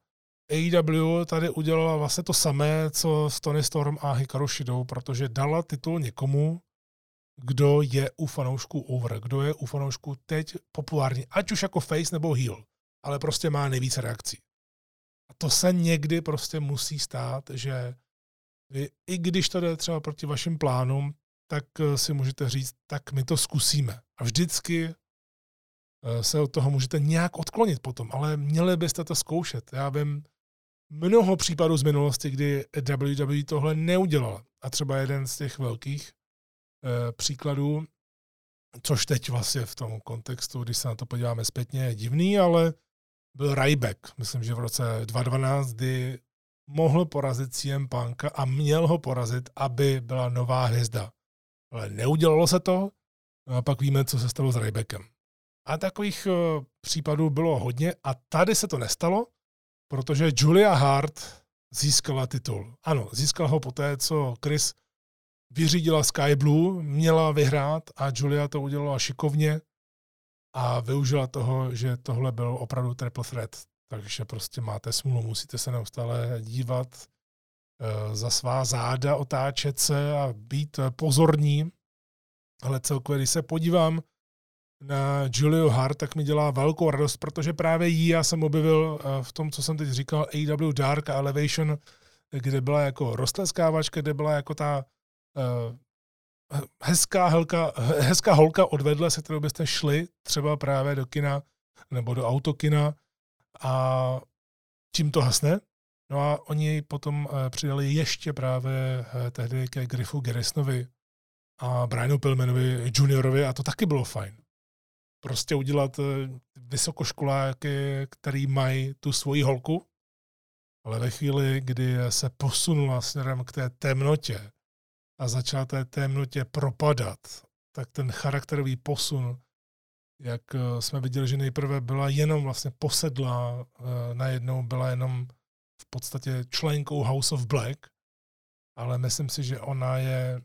AEW tady udělala vlastně to samé, co s Toni Storm a Hikaru Shidou, protože dala titul někomu, kdo je u fanoušků over, kdo je u fanoušků teď populární, ať už jako face nebo heel, ale prostě má nejvíce reakcí. A to se někdy prostě musí stát, že vy, i když to jde třeba proti vašim plánům, tak si můžete říct, tak my to zkusíme. A vždycky se od toho můžete nějak odklonit potom, ale měli byste to zkoušet. Já vím mnoho případů z minulosti, kdy WWE tohle neudělala. A třeba jeden z těch velkých příkladů, což teď vlastně v tom kontextu, když se na to podíváme zpětně, je divný, ale byl Ryback, myslím, že v roce 2012, kdy mohl porazit CM Punka a měl ho porazit, aby byla nová hvězda. Ale neudělalo se to, a pak víme, co se stalo s Rybackem. A takových případů bylo hodně a tady se to nestalo, protože Julia Hart získala titul. Ano, získala ho poté, co Chris vyřídila Sky Blue, měla vyhrát a Julia to udělala šikovně a využila toho, že tohle byl opravdu triple threat. Takže prostě máte smůlu, musíte se neustále dívat za svá záda, otáčet se a být pozorní. Ale celkově, když se podívám na Juliu Hart, tak mi dělá velkou radost, protože právě jí já jsem objevil v tom, co jsem teď říkal, AEW Dark a Elevation, kde byla jako rostleskávačka, kde byla jako ta hezká holka odvedle, se kterou byste šli třeba právě do kina nebo do autokina a tím to hasne. No a oni potom přidali ještě právě tehdy ke Griffu Garrisonovi a Brianu Pillmanovi juniorovi a to taky bylo fajn. Prostě udělat vysokoškoláky, který mají tu svoji holku, ale ve chvíli, kdy se posunula směrem k té temnotě a začala té temnotě propadat, tak ten charakterový posun, jak jsme viděli, že nejprve byla jenom vlastně posedlá, najednou byla jenom v podstatě členkou House of Black, ale myslím si, že ona je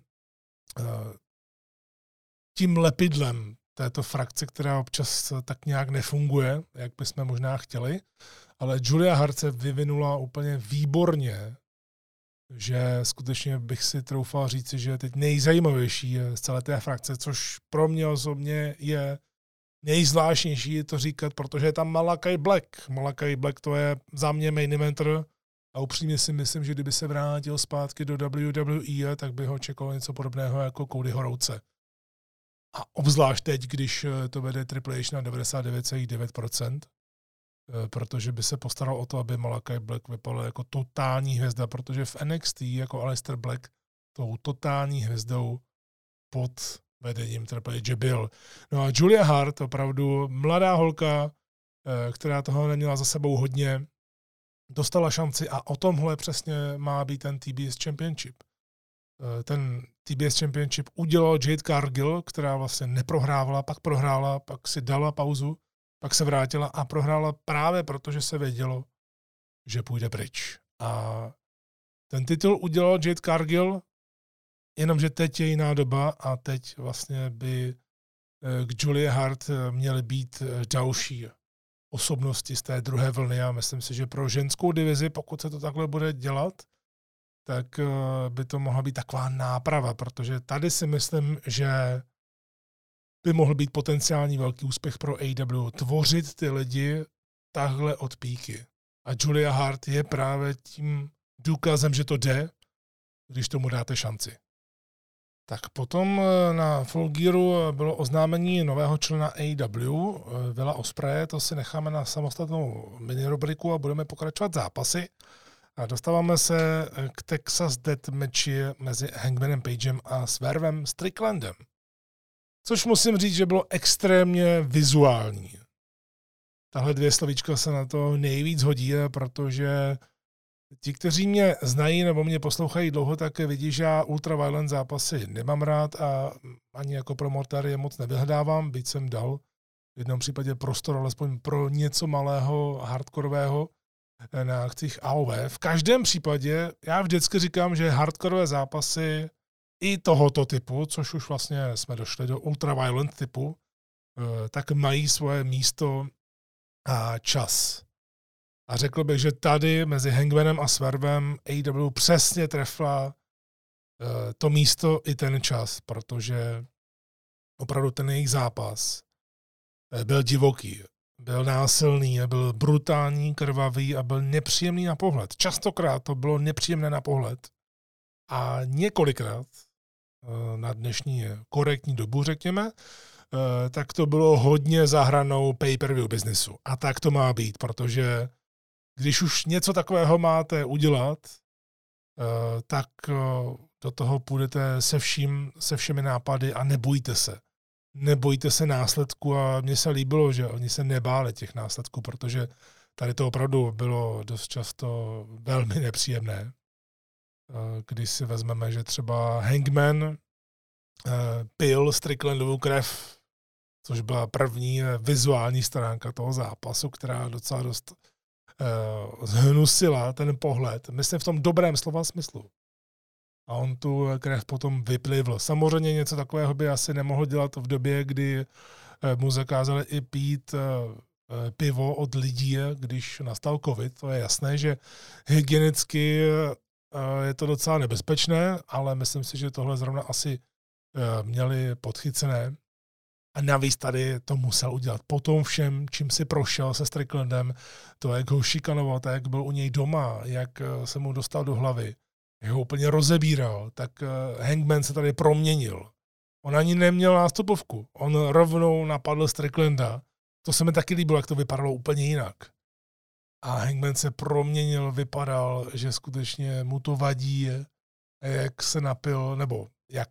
tím lepidlem této frakce, která občas tak nějak nefunguje, jak bychom možná chtěli, ale Julia Hart se vyvinula úplně výborně, že skutečně bych si troufal říci, že je teď nejzajímavější z celé té frakce, což pro mě osobně je nejzvláštnější to říkat, protože je tam Malakai Black. Malakai Black to je za mě main eventer a upřímně si myslím, že kdyby se vrátil zpátky do WWE, tak by ho čekalo něco podobného jako Codyho Rhodese. A obzvlášť teď, když to vede Triple H na 99,9%, protože by se postaral o to, aby Malakai Black vypadal jako totální hvězda, protože v NXT jako Aleister Black tou totální hvězdou pod vedením Triple H byl. No a Julia Hart, opravdu mladá holka, která toho neměla za sebou hodně, dostala šanci a o tomhle přesně má být ten TBS Championship. Ten TBS Championship udělal Jade Cargill, která vlastně neprohrávala, pak prohrála, pak si dala pauzu, pak se vrátila a prohrála právě protože se vědělo, že půjde pryč. A ten titul udělal Jade Cargill, jenomže teď je jiná doba a teď vlastně by k Julie Hart měly být další osobnosti z té druhé vlny. Já myslím si, že pro ženskou divizi, pokud se to takhle bude dělat, tak by to mohla být taková náprava, protože tady si myslím, že by mohl být potenciální velký úspěch pro AEW. Tvořit ty lidi takhle od píky. A Julia Hart je právě tím důkazem, že to jde, když tomu dáte šanci. Tak potom na Full Gearu bylo oznámení nového člena AEW, Willa Ospreaye, to si necháme na samostatnou minirubriku a budeme pokračovat zápasy. A dostáváme se k Texas Deathmatchi mezi Hangmanem Pagem a Swervem Stricklandem. Což musím říct, že bylo extrémně vizuální. Tahle dvě slovíčka se na to nejvíc hodí, protože ti, kteří mě znají nebo mě poslouchají dlouho, tak vidí, že já ultraviolent zápasy nemám rád a ani jako promotér je moc nevyhledávám, byť jsem dal v jednom případě prostor alespoň pro něco malého, hardkorového na akcích AOV. V každém případě já vždycky říkám, že hardkorové zápasy i tohoto typu, což už vlastně jsme došli do ultraviolent typu, tak mají svoje místo a čas. A řekl bych, že tady mezi Hangmanem a Swervem AEW přesně trefla to místo i ten čas, protože opravdu ten jejich zápas byl divoký, byl násilný, byl brutální, krvavý a byl nepříjemný na pohled. Častokrát to bylo nepříjemné na pohled a několikrát na dnešní korektní dobu, řekněme, tak to bylo hodně za hranou pay-per-view biznesu. A tak to má být, protože když už něco takového máte udělat, tak do toho půjdete se všemi nápady a nebojte se. Nebojte se následku a mně se líbilo, že oni se nebáli těch následků, protože tady to opravdu bylo dost často velmi nepříjemné. Když si vezmeme, že třeba Hangman pil Stricklandovou krev, což byla první vizuální stránka toho zápasu, která docela dost zhnusila ten pohled, myslím v tom dobrém slova smyslu. A on tu krev potom vyplivl. Samozřejmě něco takového by asi nemohl dělat v době, kdy mu zakázali i pít pivo od lidí, když nastal covid. To je jasné, že hygienicky je to docela nebezpečné, ale myslím si, že tohle zrovna asi měli podchycené. A navíc tady to musel udělat. Po tom všem, čím si prošel se Stricklandem, to, jak ho šikanoval, tak jak byl u něj doma, jak se mu dostal do hlavy, jak ho úplně rozebíral, tak Hangman se tady proměnil. On ani neměl nástupovku. On rovnou napadl Stricklanda. To se mi taky líbilo, jak to vypadalo úplně jinak. A Hangman se proměnil, vypadal, že skutečně mu to vadí, jak se napil, nebo jak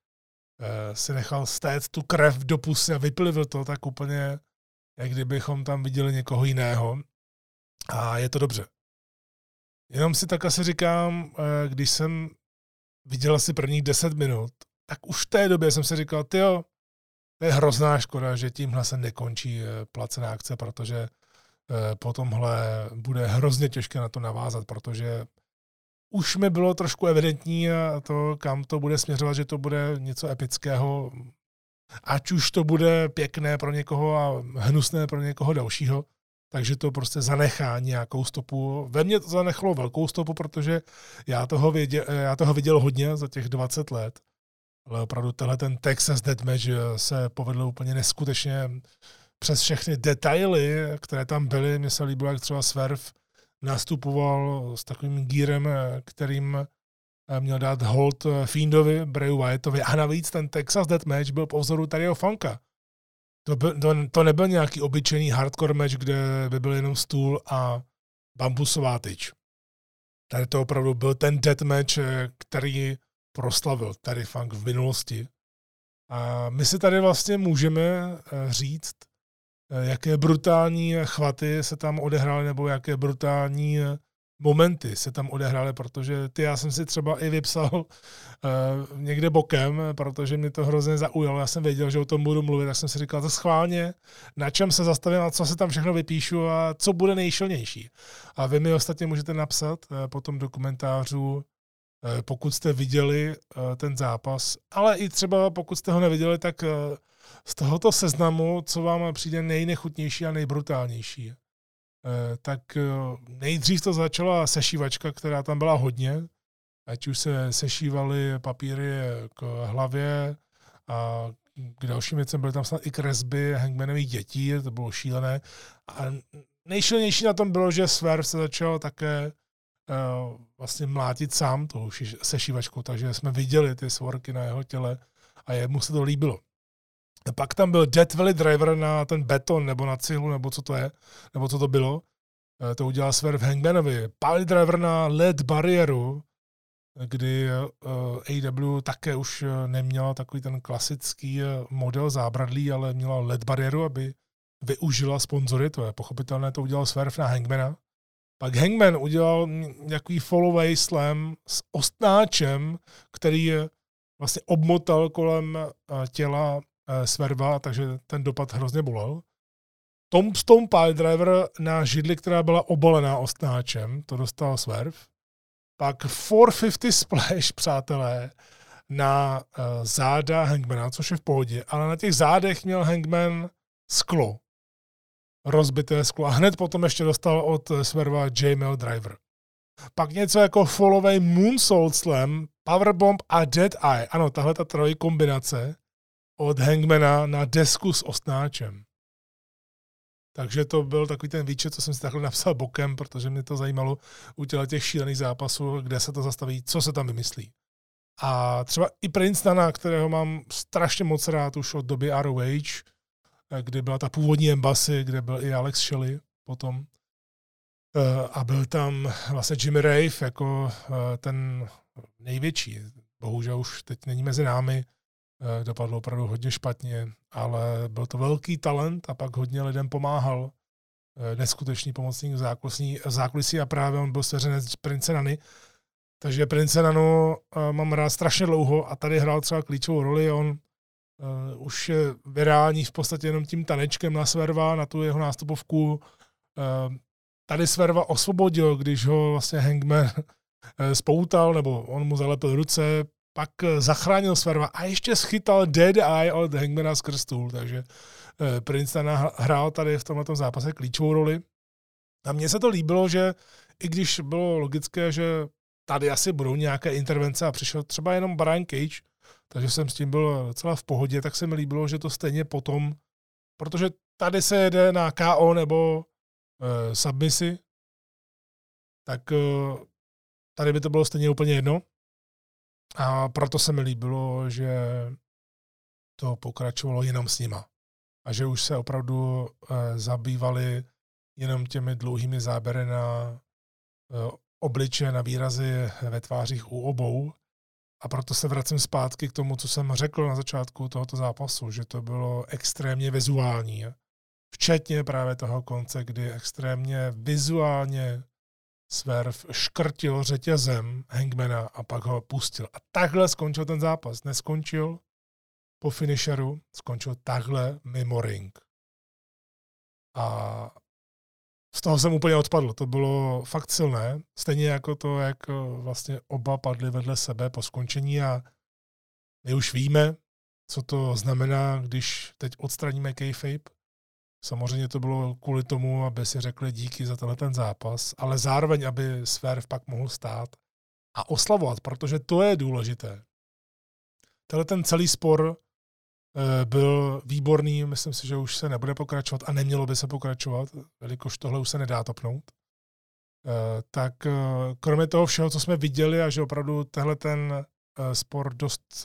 si nechal stéct tu krev do pusy a vyplivil to, tak úplně, jak kdybychom tam viděli někoho jiného. A je to dobře. Jenom si tak asi říkám, když jsem viděl asi prvních 10 minut, tak už v té době jsem si říkal, tyjo, to je hrozná škoda, že tímhle se nekončí placená akce, protože po tomhle bude hrozně těžké na to navázat, protože už mi bylo trošku evidentní to, kam to bude směřovat, že to bude něco epického, ať už to bude pěkné pro někoho a hnusné pro někoho dalšího, takže to prostě zanechá nějakou stopu. Ve mně to zanechalo velkou stopu, protože já toho viděl hodně za těch 20 let, ale opravdu ten Texas Deathmatch se povedl úplně neskutečně přes všechny detaily, které tam byly. Mně se líbilo, jak třeba Swerve nastupoval s takovým gírem, kterým měl dát hold Fiendovi, Bray Wyattovi. A navíc ten Texas Deathmatch byl po vzoru Terryho Funka. To nebyl nějaký obyčejný hardcore match, kde by byl jenom stůl a bambusová tyč. Tady to opravdu byl ten deathmatch, který proslavil Terry Funk v minulosti. A my si tady vlastně můžeme říct, jaké brutální chvaty se tam odehrály, nebo jaké brutální momenty se tam odehrály, protože já jsem si třeba i vypsal někde bokem, protože mě to hrozně zaujalo. Já jsem věděl, že o tom budu mluvit, tak jsem si říkal, to schválně, na čem se zastavím a co se tam všechno vypíšu a co bude nejšilnější. A vy mi ostatně můžete napsat potom do komentářů, pokud jste viděli ten zápas, ale i třeba pokud jste ho neviděli, tak z tohoto seznamu, co vám přijde nejnechutnější a nejbrutálnější. Tak nejdřív to začala sešívačka, která tam byla hodně, ať už se sešívaly papíry k hlavě a k dalším věcem byly tam snad i kresby Hangmanových dětí, to bylo šílené. A nejšilnější na tom bylo, že Swerve se začal také vlastně mlátit sám tou sešívačkou, takže jsme viděli ty svorky na jeho těle a jemu se to líbilo. Pak tam byl Death Valley Driver na ten beton, nebo na cihlu, nebo co to je, nebo co to bylo. To udělal Swerve Hangmanovi. Pile Driver na LED bariéru, kdy AEW také už neměla takový ten klasický model zábradlí, ale měla LED bariéru, aby využila sponzory, to je pochopitelné, to udělal Swerve na Hangmana. Pak Hangman udělal nějaký followaway slam s ostnáčem, který vlastně obmotal kolem těla Swerva, takže ten dopad hrozně bolel. Tombstone Piledriver na židli, která byla obalená ostnáčem, to dostal Swerve. Pak 450 Splash, přátelé, na záda Hangmana, což je v pohodě, ale na těch zádech měl Hangman sklo. Rozbité sklo. A hned potom ještě dostal od Swerva J-Mail Driver. Pak něco jako followaway Moonsault Slam, Powerbomb a Dead Eye. Ano, tahle ta trojkombinace od Hangmana na desku s ostnáčem. Takže to byl takový ten výčet, co jsem si takhle napsal bokem, protože mě to zajímalo u těch šílených zápasů, kde se to zastaví, co se tam vymyslí. A třeba i Prince Nana, kterého mám strašně moc rád už od doby ROH, kdy byla ta původní Embassy, kde byl i Alex Shelley potom. A byl tam vlastně Jimmy Rave jako ten největší. Bohužel už teď není mezi námi, dopadlo opravdu hodně špatně, ale byl to velký talent a pak hodně lidem pomáhal. Neskutečný pomocník v zákulisí a právě on byl svěřenec Prince Nany. Takže Prince Nanu mám rád strašně dlouho a tady hrál třeba klíčovou roli. On už je virální v podstatě jenom tím tanečkem na Swerva, na tu jeho nástupovku. tady Swerva osvobodil, když ho vlastně Hangman spoutal, nebo on mu zalepil ruce, pak zachránil Swerva a ještě schytal Dead Eye od Hangmana skrz stůl, takže Prince hrál tady v tomto zápase klíčovou roli. A mně se to líbilo, že i když bylo logické, že tady asi budou nějaké intervence a přišel třeba jenom Brian Cage, takže jsem s tím byl docela v pohodě, tak se mi líbilo, že to stejně potom, protože tady se jede na KO nebo submisi, tak tady by to bylo stejně úplně jedno. A proto se mi líbilo, že to pokračovalo jenom s nima. A že už se opravdu zabývali jenom těmi dlouhými záběry na obliče, na výrazy ve tvářích u obou. A proto se vracím zpátky k tomu, co jsem řekl na začátku tohoto zápasu, že to bylo extrémně vizuální. Včetně právě toho konce, kdy extrémně vizuálně Swerve škrtil řetězem Hangmana a pak ho pustil. A takhle skončil ten zápas. Neskončil po finisheru, skončil takhle mimo ring. A z toho jsem úplně odpadl. To bylo fakt silné. Stejně jako to, jak vlastně oba padli vedle sebe po skončení a my už víme, co to znamená, když teď odstraníme kayfabe. Samozřejmě to bylo kvůli tomu, aby si řekli díky za tenhle ten zápas, ale zároveň, aby Swerve pak mohl stát a oslavovat, protože to je důležité. Tenhle ten celý spor byl výborný, myslím si, že už se nebude pokračovat a nemělo by se pokračovat, jelikož tohle už se nedá topnout. Tak kromě toho všeho, co jsme viděli a že opravdu tenhle ten spor dost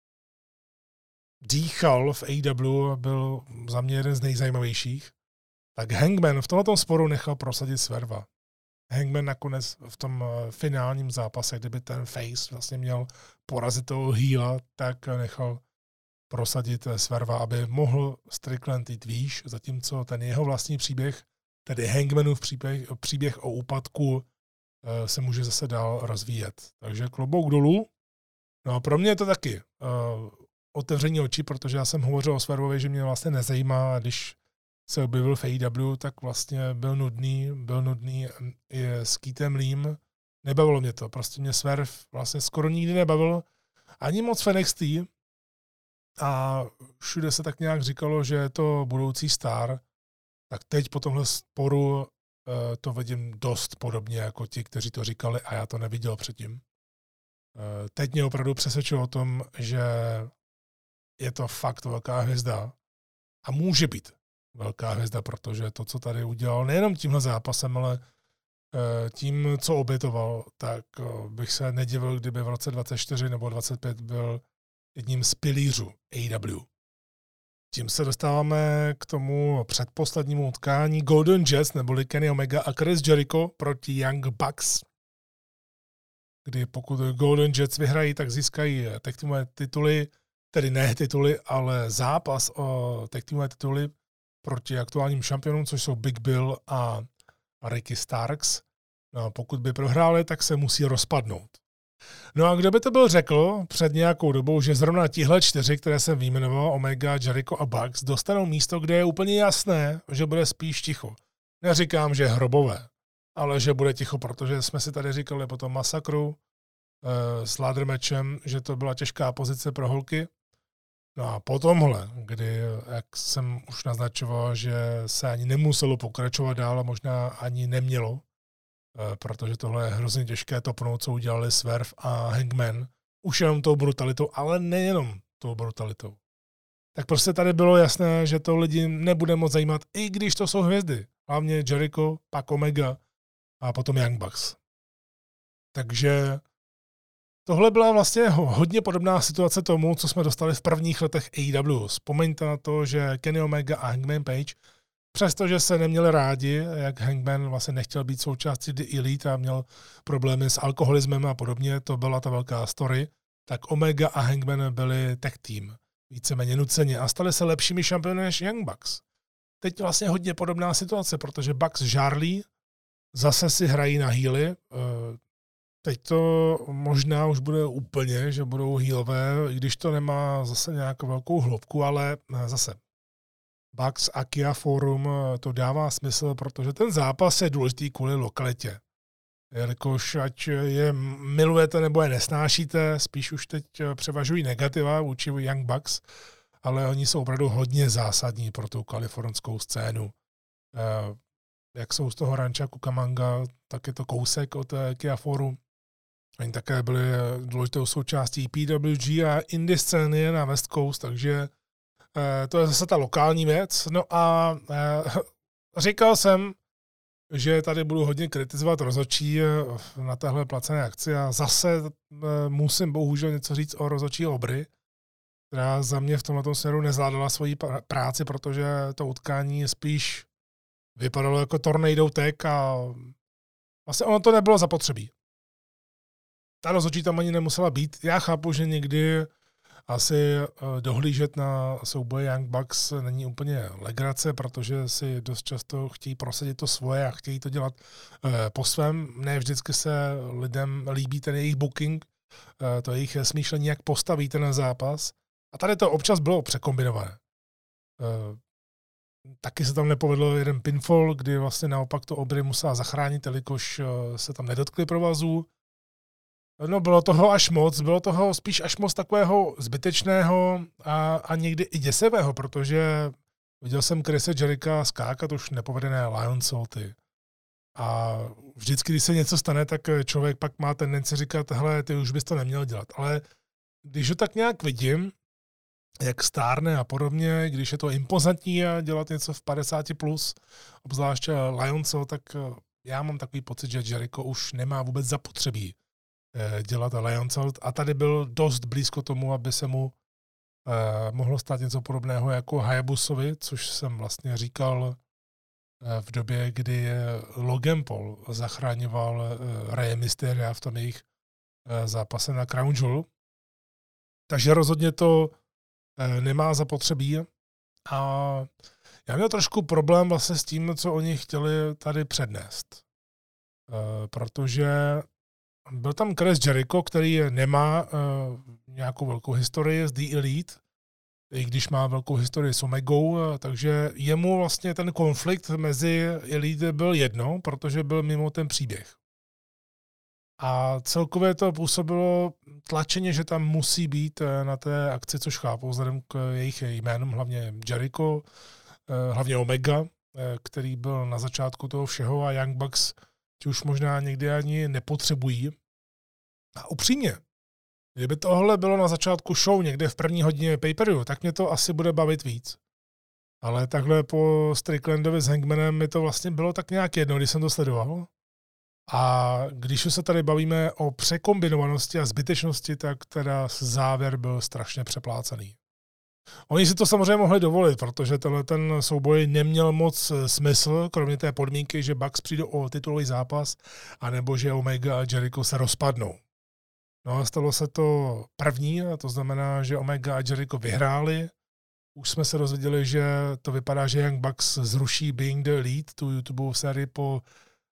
dýchal v AEW, byl za mě jeden z nejzajímavějších, tak Hangman v tomto sporu nechal prosadit Swerva. Hangman nakonec v tom finálním zápase, kdyby ten face vlastně měl porazit toho heela, tak nechal prosadit Swerva, aby mohl Strickland jít výš, zatímco ten jeho vlastní příběh, tedy Hangmanův příběh o úpadku, se může zase dál rozvíjet. Takže klobouk dolů. No a pro mě je to taky otevření očí, protože já jsem hovořil o Swervovi, že mě vlastně nezajímá, když se objevil v AEW, tak vlastně byl nudný i s Keithem Leem. Nebavilo mě to, prostě mě Swerve vlastně skoro nikdy nebavil, ani moc v NXT. A všude se tak nějak říkalo, že je to budoucí star, tak teď po tomhle sporu to vidím dost podobně jako ti, kteří to říkali a já to neviděl předtím. Teď mě opravdu přesvědčilo o tom, že je to fakt velká hvězda a může být velká hvězda, protože to, co tady udělal, nejenom tímhle zápasem, ale tím, co obětoval, tak bych se nedivil, kdyby v roce 24 nebo 25 byl jedním z pilířů AEW. Tím se dostáváme k tomu předposlednímu utkání Golden Jets, neboli Kenny Omega a Chris Jericho proti Young Bucks, kdy pokud Golden Jets vyhrají, tak získají tag teamové tituly, tedy ne tituly, ale zápas o tag teamové tituly proti aktuálním šampionům, což jsou Big Bill a Ricky Starks. No a pokud by prohráli, tak se musí rozpadnout. No a kdo by to byl řekl před nějakou dobou, že zrovna tihle 4, které jsem vyjmenoval, Omega, Jericho a Bucks, dostanou místo, kde je úplně jasné, že bude spíš ticho. Neříkám, že hrobové, ale že bude ticho, protože jsme si tady říkali po tom masakru s ladder matchem, že to byla těžká pozice pro holky. No a po tomhle, kdy, jak jsem už naznačoval, že se ani nemuselo pokračovat dál a možná ani nemělo, protože tohle je hrozně těžké topnout, co udělali Swerve a Hangman, už jenom tou brutalitou, ale nejenom tou brutalitou. Tak prostě tady bylo jasné, že to lidi nebude moc zajímat, i když to jsou hvězdy. Hlavně Jericho, pak Omega a potom Young Bucks. Takže tohle byla vlastně hodně podobná situace tomu, co jsme dostali v prvních letech AEW. Vzpomeňte na to, že Kenny Omega a Hangman Page, přestože se neměli rádi, jak Hangman vlastně nechtěl být součástí The Elite a měl problémy s alkoholismem a podobně, to byla ta velká story, tak Omega a Hangman byli tag team, víceméně nuceně a stali se lepšími šampiony než Young Bucks. Teď vlastně hodně podobná situace, protože Bucks žárlí, zase si hrají na heely. Teď to možná už bude úplně, že budou heelové, i když to nemá zase nějakou velkou hloubku, ale zase Bucks a Kia Forum, to dává smysl, protože ten zápas je důležitý kvůli lokalitě. Jelikož ať je milujete nebo je nesnášíte, spíš už teď převažují negativa vůči Young Bucks, ale oni jsou opravdu hodně zásadní pro tu kalifornskou scénu. Jak jsou z toho ranča Cucamonga, tak je to kousek od Kia Forum. Oni také byli důležitou součástí PWG a indie scény na West Coast, takže to je zase ta lokální věc. No a říkal jsem, že tady budu hodně kritizovat rozhodčí na téhle placené akci a zase musím bohužel něco říct o rozhodčí Aubrey, která za mě v tomto směru nezvládala svoji práci, protože to utkání spíš vypadalo jako tornado tag a vlastně ono to nebylo zapotřebí. Ta rozhodčí tam ani nemusela být. Já chápu, že někdy asi dohlížet na souboje Young Bucks není úplně legrace, protože si dost často chtějí prosadit to svoje a chtějí to dělat po svém. Ne vždycky se lidem líbí ten jejich booking, to jejich smýšlení, jak postaví ten zápas. A tady to občas bylo překombinované. Taky se tam nepovedl jeden pinfall, kdy vlastně naopak to Aubrey musela zachránit, jelikož se tam nedotkli provazů. No bylo toho až moc, bylo toho spíš až moc takového zbytečného a někdy i děsivého, protože viděl jsem Chrise Jericha skákat už nepovedené Lion Salty. A vždycky, když se něco stane, tak člověk pak má tendenci říkat, hele, ty už bys to neměl dělat. Ale když ho tak nějak vidím, jak stárne a podobně, když je to impozantní a dělat něco v 50+, plus, obzvláště Lion Salt, tak já mám takový pocit, že Jericho už nemá vůbec zapotřebí dělat Lion Salt a tady byl dost blízko tomu, aby se mu mohlo stát něco podobného jako Hayabusovi, což jsem vlastně říkal v době, kdy Logan Paul zachraňoval Rey Mysteria v tom jejich zápase na Crown Jewel. Takže rozhodně to nemá zapotřebí a já měl trošku problém vlastně s tím, co oni chtěli tady přednést. Protože byl tam Chris Jericho, který nemá nějakou velkou historii z The Elite, i když má velkou historii s Omegou, takže jemu vlastně ten konflikt mezi Elite byl jedno, protože byl mimo ten příběh. A celkově to působilo tlačeně, že tam musí být na té akci, což chápu, vzhledem k jejich jménům, hlavně Jericho, hlavně Omega, který byl na začátku toho všeho a Young Bucks ti už možná někdy ani nepotřebují. A upřímně, kdyby tohle bylo na začátku show někde v první hodině pay-per-view, tak mě to asi bude bavit víc. Ale takhle po Stricklandovi s Hangmanem mi to vlastně bylo tak nějak jedno, když jsem to sledoval. A když se tady bavíme o překombinovanosti a zbytečnosti, tak teda závěr byl strašně přeplácaný. Oni si to samozřejmě mohli dovolit, protože ten souboj neměl moc smysl, kromě té podmínky, že Bucks přijdou o titulový zápas, anebo že Omega a Jericho se rozpadnou. No a stalo se to první, a to znamená, že Omega a Jericho vyhráli. Už jsme se dozvěděli, že to vypadá, že Young Bucks zruší Being the Elite, tu YouTubeovou sérii po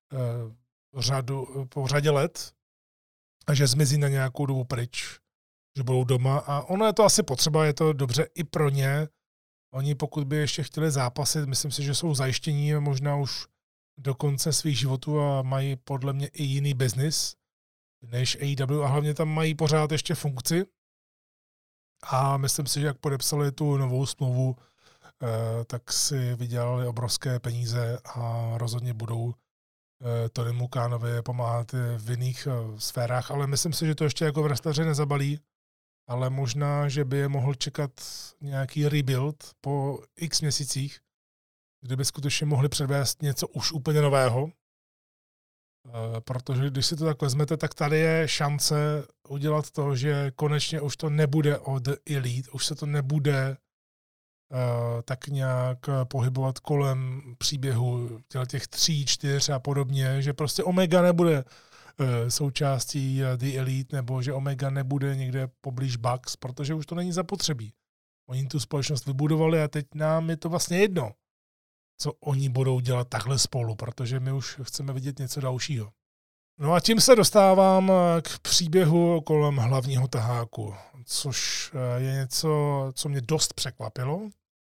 řadě let a že zmizí na nějakou dobu pryč, že budou doma a ono je to asi potřeba, je to dobře i pro ně. Oni pokud by ještě chtěli zápasit, myslím si, že jsou zajištění možná už do konce svých životů a mají podle mě i jiný biznis než AEW a hlavně tam mají pořád ještě funkci a myslím si, že jak podepsali tu novou smlouvu, tak si vydělali obrovské peníze a rozhodně budou Tonymu Khánovi pomáhat v jiných sférách, ale myslím si, že to ještě jako wrestleři nezabalí, ale možná, že by je mohl čekat nějaký rebuild po x měsících, kdyby skutečně mohli předvést něco už úplně nového, protože když si to tak vezmete, tak tady je šance udělat to, že konečně už to nebude od Elite, už se to nebude tak nějak pohybovat kolem příběhu těch 3, 4 a podobně, že prostě Omega nebude součástí The Elite nebo že Omega nebude někde poblíž Bucks, protože už to není zapotřebí. Oni tu společnost vybudovali a teď nám je to vlastně jedno, co oni budou dělat takhle spolu, protože my už chceme vidět něco dalšího. No a tím se dostávám k příběhu kolem hlavního taháku, což je něco, co mě dost překvapilo.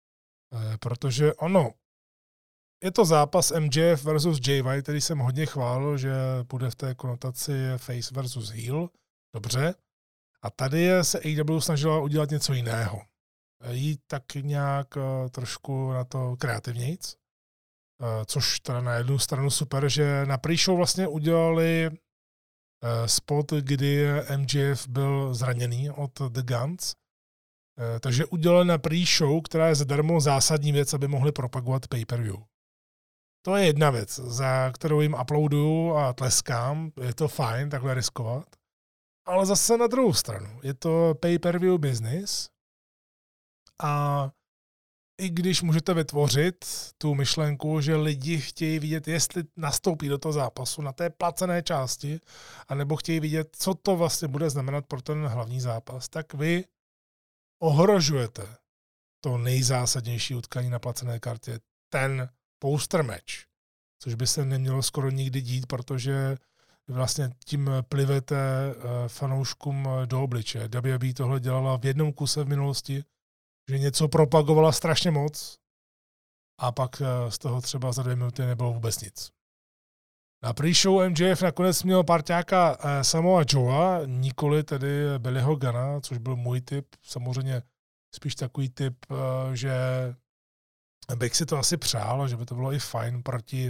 Protože je to zápas MJF versus Jay White, který jsem hodně chválil, že bude v té konotaci face versus heel. Dobře. A tady se AEW snažila udělat něco jiného. Jít tak nějak trošku na to kreativnějc. Což teda na jednu stranu super, že na pre-show vlastně udělali spot, kdy MJF byl zraněný od The Guns. Takže udělali na pre-show, která je zadarmo zásadní věc, aby mohli propagovat pay-per-view. To je jedna věc, za kterou jim uploaduju a tleskám. Je to fajn takhle riskovat. Ale zase na druhou stranu. Je to pay-per-view business a i když můžete vytvořit tu myšlenku, že lidi chtějí vidět, jestli nastoupí do toho zápasu na té placené části, anebo chtějí vidět, co to vlastně bude znamenat pro ten hlavní zápas, tak vy ohrožujete to nejzásadnější utkání na placené kartě, ten poster match, což by se nemělo skoro nikdy dít, protože vlastně tím plivete fanouškům do obličeje. WWE tohle dělala v jednom kuse v minulosti, že něco propagovala strašně moc a pak z toho třeba za 2 minuty nebylo vůbec nic. Na pre-show MJF nakonec měl parťáka Samoa Joea, nikoli tedy Billyho Gunna, což byl můj tip, samozřejmě spíš takový tip, že bych si to asi přál, že by to bylo i fajn proti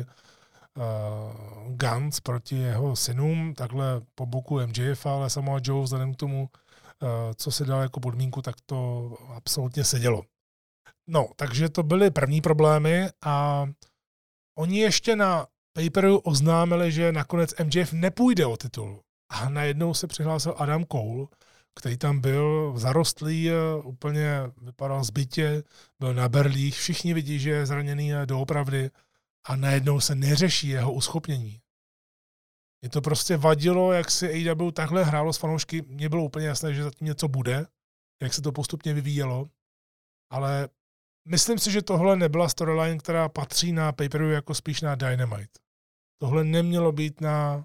Guns, proti jeho synům, takhle po boku MJF, ale Samoa Joe vzhledem k tomu, co si dal jako podmínku, tak to absolutně sedělo. No, takže to byly první problémy a oni ještě na pay-per-view oznámili, že nakonec MJF nepůjde o titul. A najednou se přihlásil Adam Cole, který tam byl zarostlý, úplně vypadal zbytě, byl na berlích, všichni vidí, že je zraněný doopravdy a najednou se neřeší jeho uschopnění. Mě to prostě vadilo, jak si AEW takhle hrálo s fanoušky. Mně bylo úplně jasné, že zatím něco bude, jak se to postupně vyvíjelo, ale myslím si, že tohle nebyla storyline, která patří na pay-per-view jako spíš na Dynamite. Tohle nemělo být na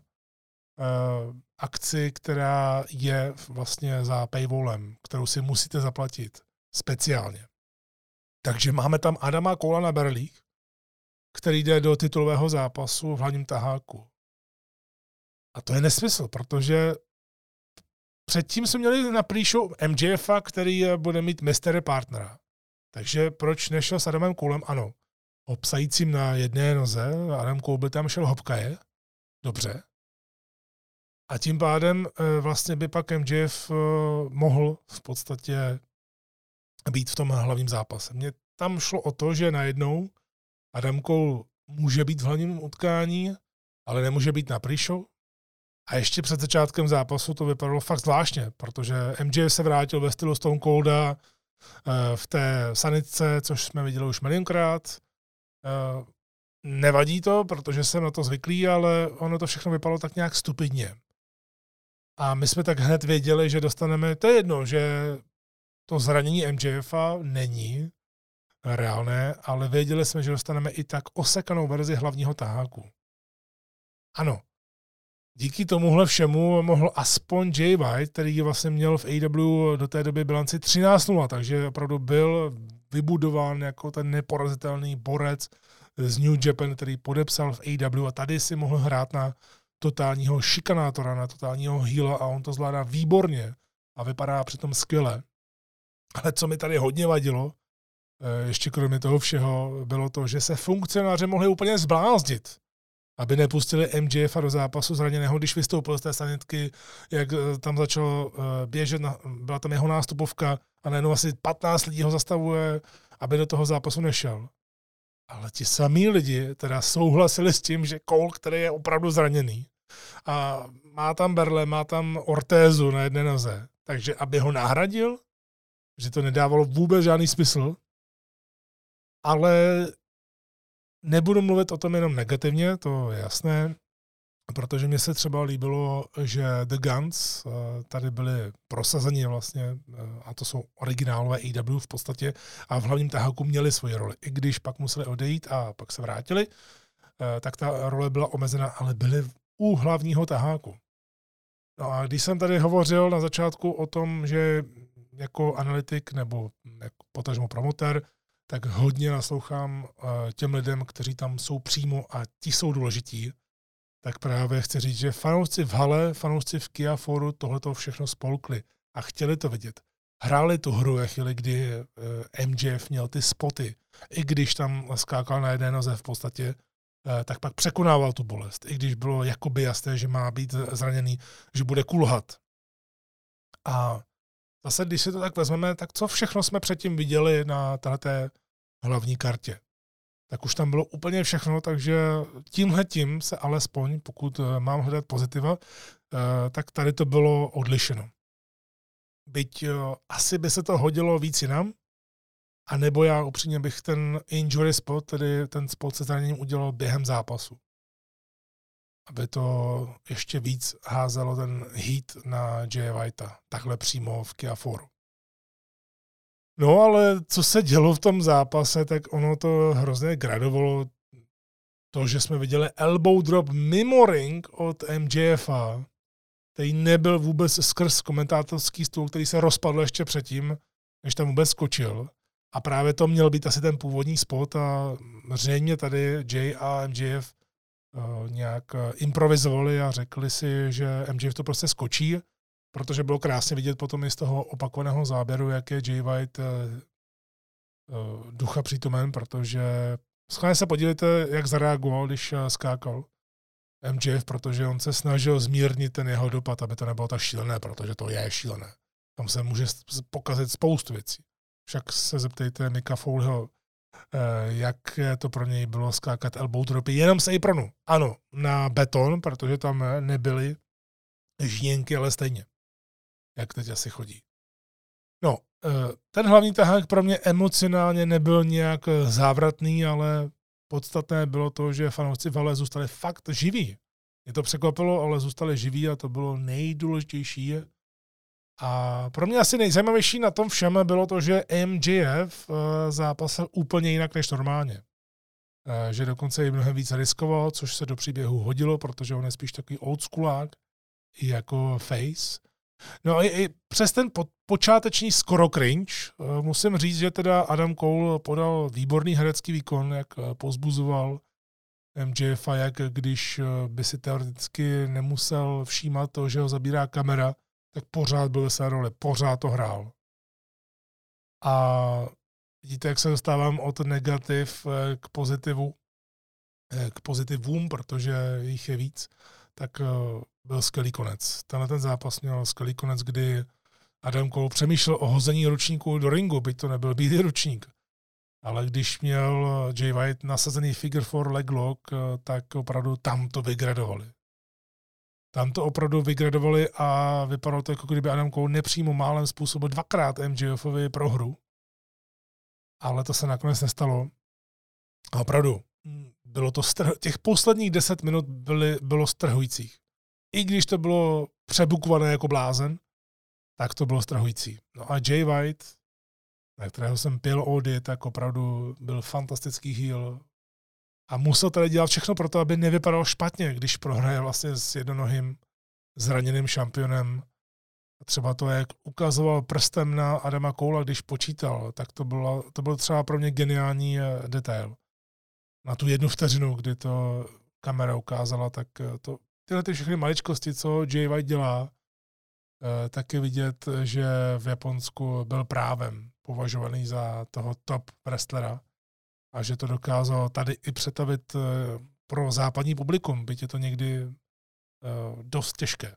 akci, která je vlastně za paywallem, kterou si musíte zaplatit speciálně. Takže máme tam Adama Colea na berlích, který jde do titulového zápasu v hlavním taháku. A to je nesmysl, protože předtím jsme měli na pre-show MJFa, který bude mít mystery partnera. Takže proč nešel s Adamem Colem? Ano, obsajícím na jedné noze, Adam Cole by tam šel hopkaje, dobře. A tím pádem vlastně by pak MJF mohl v podstatě být v tom hlavním zápase. Mně tam šlo o to, že najednou Adam Cole může být v hlavním utkání, ale nemůže být na pre-show. A ještě před začátkem zápasu to vypadalo fakt zvláštně, protože MJF se vrátil ve stylu Stone Colda v té sanitce, což jsme viděli už milionkrát. Nevadí to, protože jsem na to zvyklý, ale ono to všechno vypadalo tak nějak stupidně. A my jsme tak hned věděli, že dostaneme, to je jedno, že to zranění MJFa není reálné, ale věděli jsme, že dostaneme i tak osekanou verzi hlavního taháku. Ano, díky tomuhle všemu mohl aspoň Jay White, který vlastně měl v AEW do té doby bilanci 13-0, takže opravdu byl vybudován jako ten neporazitelný borec z New Japan, který podepsal v AEW a tady si mohl hrát na totálního šikanátora, na totálního heala a on to zvládá výborně a vypadá přitom skvěle. Ale co mi tady hodně vadilo, ještě kromě toho všeho, bylo to, že se funkcionáři mohli úplně zbláznit, aby nepustili MJFa do zápasu zraněného, když vystoupil z té sanitky, jak tam začal běžet, byla tam jeho nástupovka a najednou asi 15 lidí ho zastavuje, aby do toho zápasu nešel. Ale ti samí lidi teda souhlasili s tím, že Cole, který je opravdu zraněný a má tam berle, má tam ortézu na jedné noze, takže aby ho nahradil, že to nedávalo vůbec žádný smysl, ale nebudu mluvit o tom jenom negativně, to je jasné, protože mně se třeba líbilo, že The Guns tady byli prosazeni vlastně, a to jsou originálové AEW v podstatě, a v hlavním taháku měli svoji roli. I když pak museli odejít a pak se vrátili, tak ta role byla omezena, ale byli u hlavního taháku. No a když jsem tady hovořil na začátku o tom, že jako analytik nebo jako potažmo promotér, tak hodně naslouchám těm lidem, kteří tam jsou přímo a ti jsou důležití, tak právě chci říct, že fanoušci v hale, fanoušci v Kia Foru tohleto všechno spolkli a chtěli to vidět. Hráli tu hru ve chvíli, kdy MJF měl ty spoty. I když tam skákal na jedné noze v podstatě, tak pak překonával tu bolest. I když bylo jakoby jasné, že má být zraněný, že bude kulhat. A zase, když si to tak vezmeme, tak co všechno jsme předtím viděli na této hlavní kartě. Tak už tam bylo úplně všechno, takže tímhletím se alespoň, pokud mám hledat pozitiva, tak tady to bylo odlišeno. Byť asi by se to hodilo víc jinam, anebo já upřímně bych ten injury spot, tedy ten spot se zraněním udělal během zápasu. Aby to ještě víc házelo ten heat na Jay Whitea, takhle přímo v Kia Foru. No ale co se dělo v tom zápase, tak ono to hrozně gradovalo. To, že jsme viděli elbow drop mimo ring od MJFa, který nebyl vůbec skrz komentátorský stůl, který se rozpadl ještě předtím, než tam vůbec skočil. A právě to měl být asi ten původní spot a zřejmě tady Jay a MJF nějak improvizovali a řekli si, že MJF to prostě skočí, protože bylo krásně vidět potom i z toho opakovaného záběru, jak je Jay White ducha přítomen, protože schválně se podívejte, jak zareagoval, když skákal MJF, protože on se snažil zmírnit ten jeho dopad, aby to nebylo tak šílené, protože to je šílené. Tam se může pokazit spoustu věcí. Však se zeptejte Micka Foleyho, jak to pro něj bylo skákat elbow dropy, jenom se i pronu. Ano, na beton, protože tam nebyly žíjenky, ale stejně. Jak teď asi chodí. No, ten hlavní tahák pro mě emocionálně nebyl nějak závratný, ale podstatné bylo to, že fanoušci v hale zůstali fakt živí. Mě to překvapilo, ale zůstali živí a to bylo nejdůležitější. A pro mě asi nejzajímavější na tom všem bylo to, že MJF zápasil úplně jinak než normálně. Že dokonce i mnohem víc riskoval, což se do příběhu hodilo, protože on je spíš takový oldschoolák i jako face. No a i přes ten počáteční skoro cringe musím říct, že teda Adam Cole podal výborný herecký výkon, jak pozbuzoval MJF, jak když by si teoreticky nemusel všímat to, že ho zabírá kamera, tak pořád byl ve své roli, pořád to hrál. A vidíte, jak se dostávám od negativ k pozitivům, protože jich je víc, tak byl skvělý konec. Tenhle ten zápas měl skvělý konec, kdy Adam Cole přemýšlel o hození ručníku do ringu, byť to nebyl bílý ručník. Ale když měl Jay White nasazený figure four leg lock, tak opravdu tam to vygradovali. Tam to opravdu vygradovali a vypadalo to, jako kdyby Adam Cole nepřímo málem způsobil dvakrát MJFovi prohru. Ale to se nakonec nestalo. A opravdu, bylo to těch posledních 10 minut bylo strhujících. I když to bylo přebukované jako blázen, tak to bylo strhující. No a Jay White, na kterého jsem pil ody, tak opravdu byl fantastický heel. A musel tady dělat všechno pro to, aby nevypadal špatně, když prohraje vlastně s jednonohým zraněným šampionem. A třeba to, jak ukazoval prstem na Adama Colea, když počítal, tak to byl třeba pro mě geniální detail. Na tu 1 vteřinu, kdy to kamera ukázala, tak tyhle ty všechny maličkosti, co Jay White dělá, tak je vidět, že v Japonsku byl právem považovaný za toho top wrestlera a že to dokázal tady i přetavit pro západní publikum, byť je to někdy dost těžké.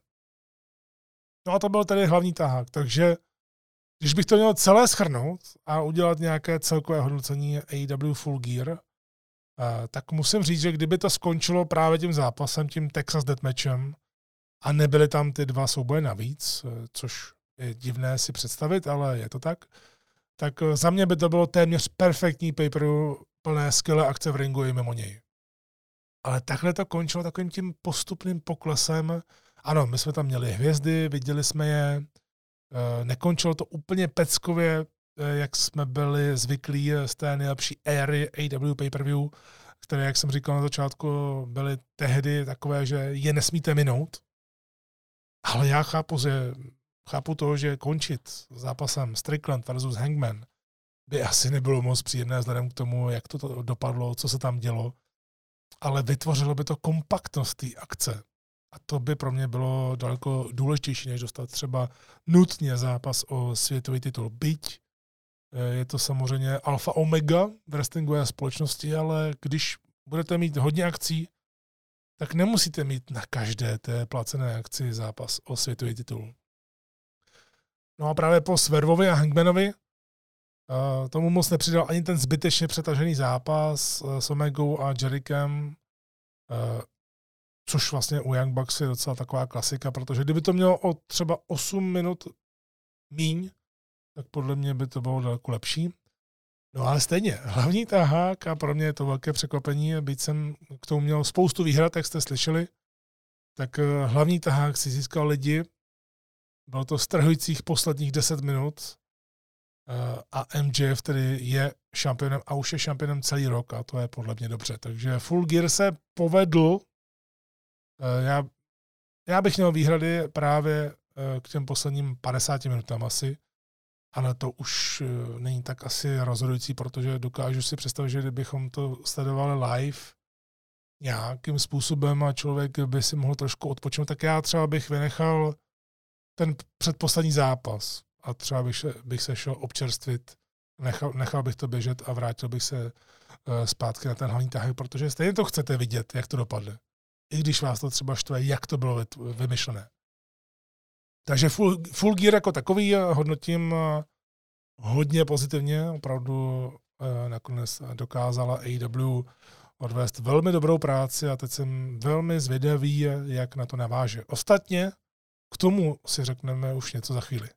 No a to byl tady hlavní tahák, takže když bych to měl celé shrnout a udělat nějaké celkové hodnocení AEW Full Gear, tak musím říct, že kdyby to skončilo právě tím zápasem, tím Texas Deathmatchem a nebyly tam ty 2 souboje navíc, což je divné si představit, ale je to tak za mě by to bylo téměř perfektní pay-per-view plné skvělé akce v ringu i mimo něj. Ale takhle to končilo takovým tím postupným poklesem. Ano, my jsme tam měli hvězdy, viděli jsme je, nekončilo to úplně peckově, jak jsme byli zvyklí z té nejlepší éry AEW pay-per-view, které, jak jsem říkal na začátku, byly tehdy takové, že je nesmíte minout. Ale já chápu to, že končit zápasem Strickland versus Hangman by asi nebylo moc příjemné vzhledem k tomu, jak to dopadlo, co se tam dělo, ale vytvořilo by to kompaktnost té akce. A to by pro mě bylo daleko důležitější, než dostat třeba nutně zápas o světový titul. Byť je to samozřejmě alfa omega v wrestlingové společnosti, ale když budete mít hodně akcí, tak nemusíte mít na každé té placené akci zápas o světový titul. No a právě po Swervovi a Hangmanovi tomu moc nepřidal ani ten zbytečně přetažený zápas s Omegou a Jerichem, což vlastně u Young Bucks je docela taková klasika, protože kdyby to mělo o třeba 8 minut míň, tak podle mě by to bylo daleko lepší. No ale stejně, hlavní tahák a pro mě je to velké překvapení, byť jsem k tomu měl spoustu výhrad, jak jste slyšeli, tak hlavní tahák si získal lidi, bylo to strhujících posledních 10 minut a MJF tedy je šampionem a už je šampionem celý rok a to je podle mě dobře. Takže Full Gear se povedl. Já bych měl výhrady právě k těm posledním 50 minutám asi, ale to už není tak asi rozhodující, protože dokážu si představit, že kdybychom to sledovali live nějakým způsobem a člověk by si mohl trošku odpočinout, tak já třeba bych vynechal ten předposlední zápas a třeba bych se šel občerstvit, nechal bych to běžet a vrátil bych se zpátky na ten hlavní tahák, protože stejně to chcete vidět, jak to dopadne. I když vás to třeba štve, jak to bylo vymyšlené. Takže Full Gear jako takový hodnotím hodně pozitivně. Opravdu nakonec dokázala AEW odvést velmi dobrou práci a teď jsem velmi zvědavý, jak na to naváže. Ostatně k tomu si řekneme už něco za chvíli.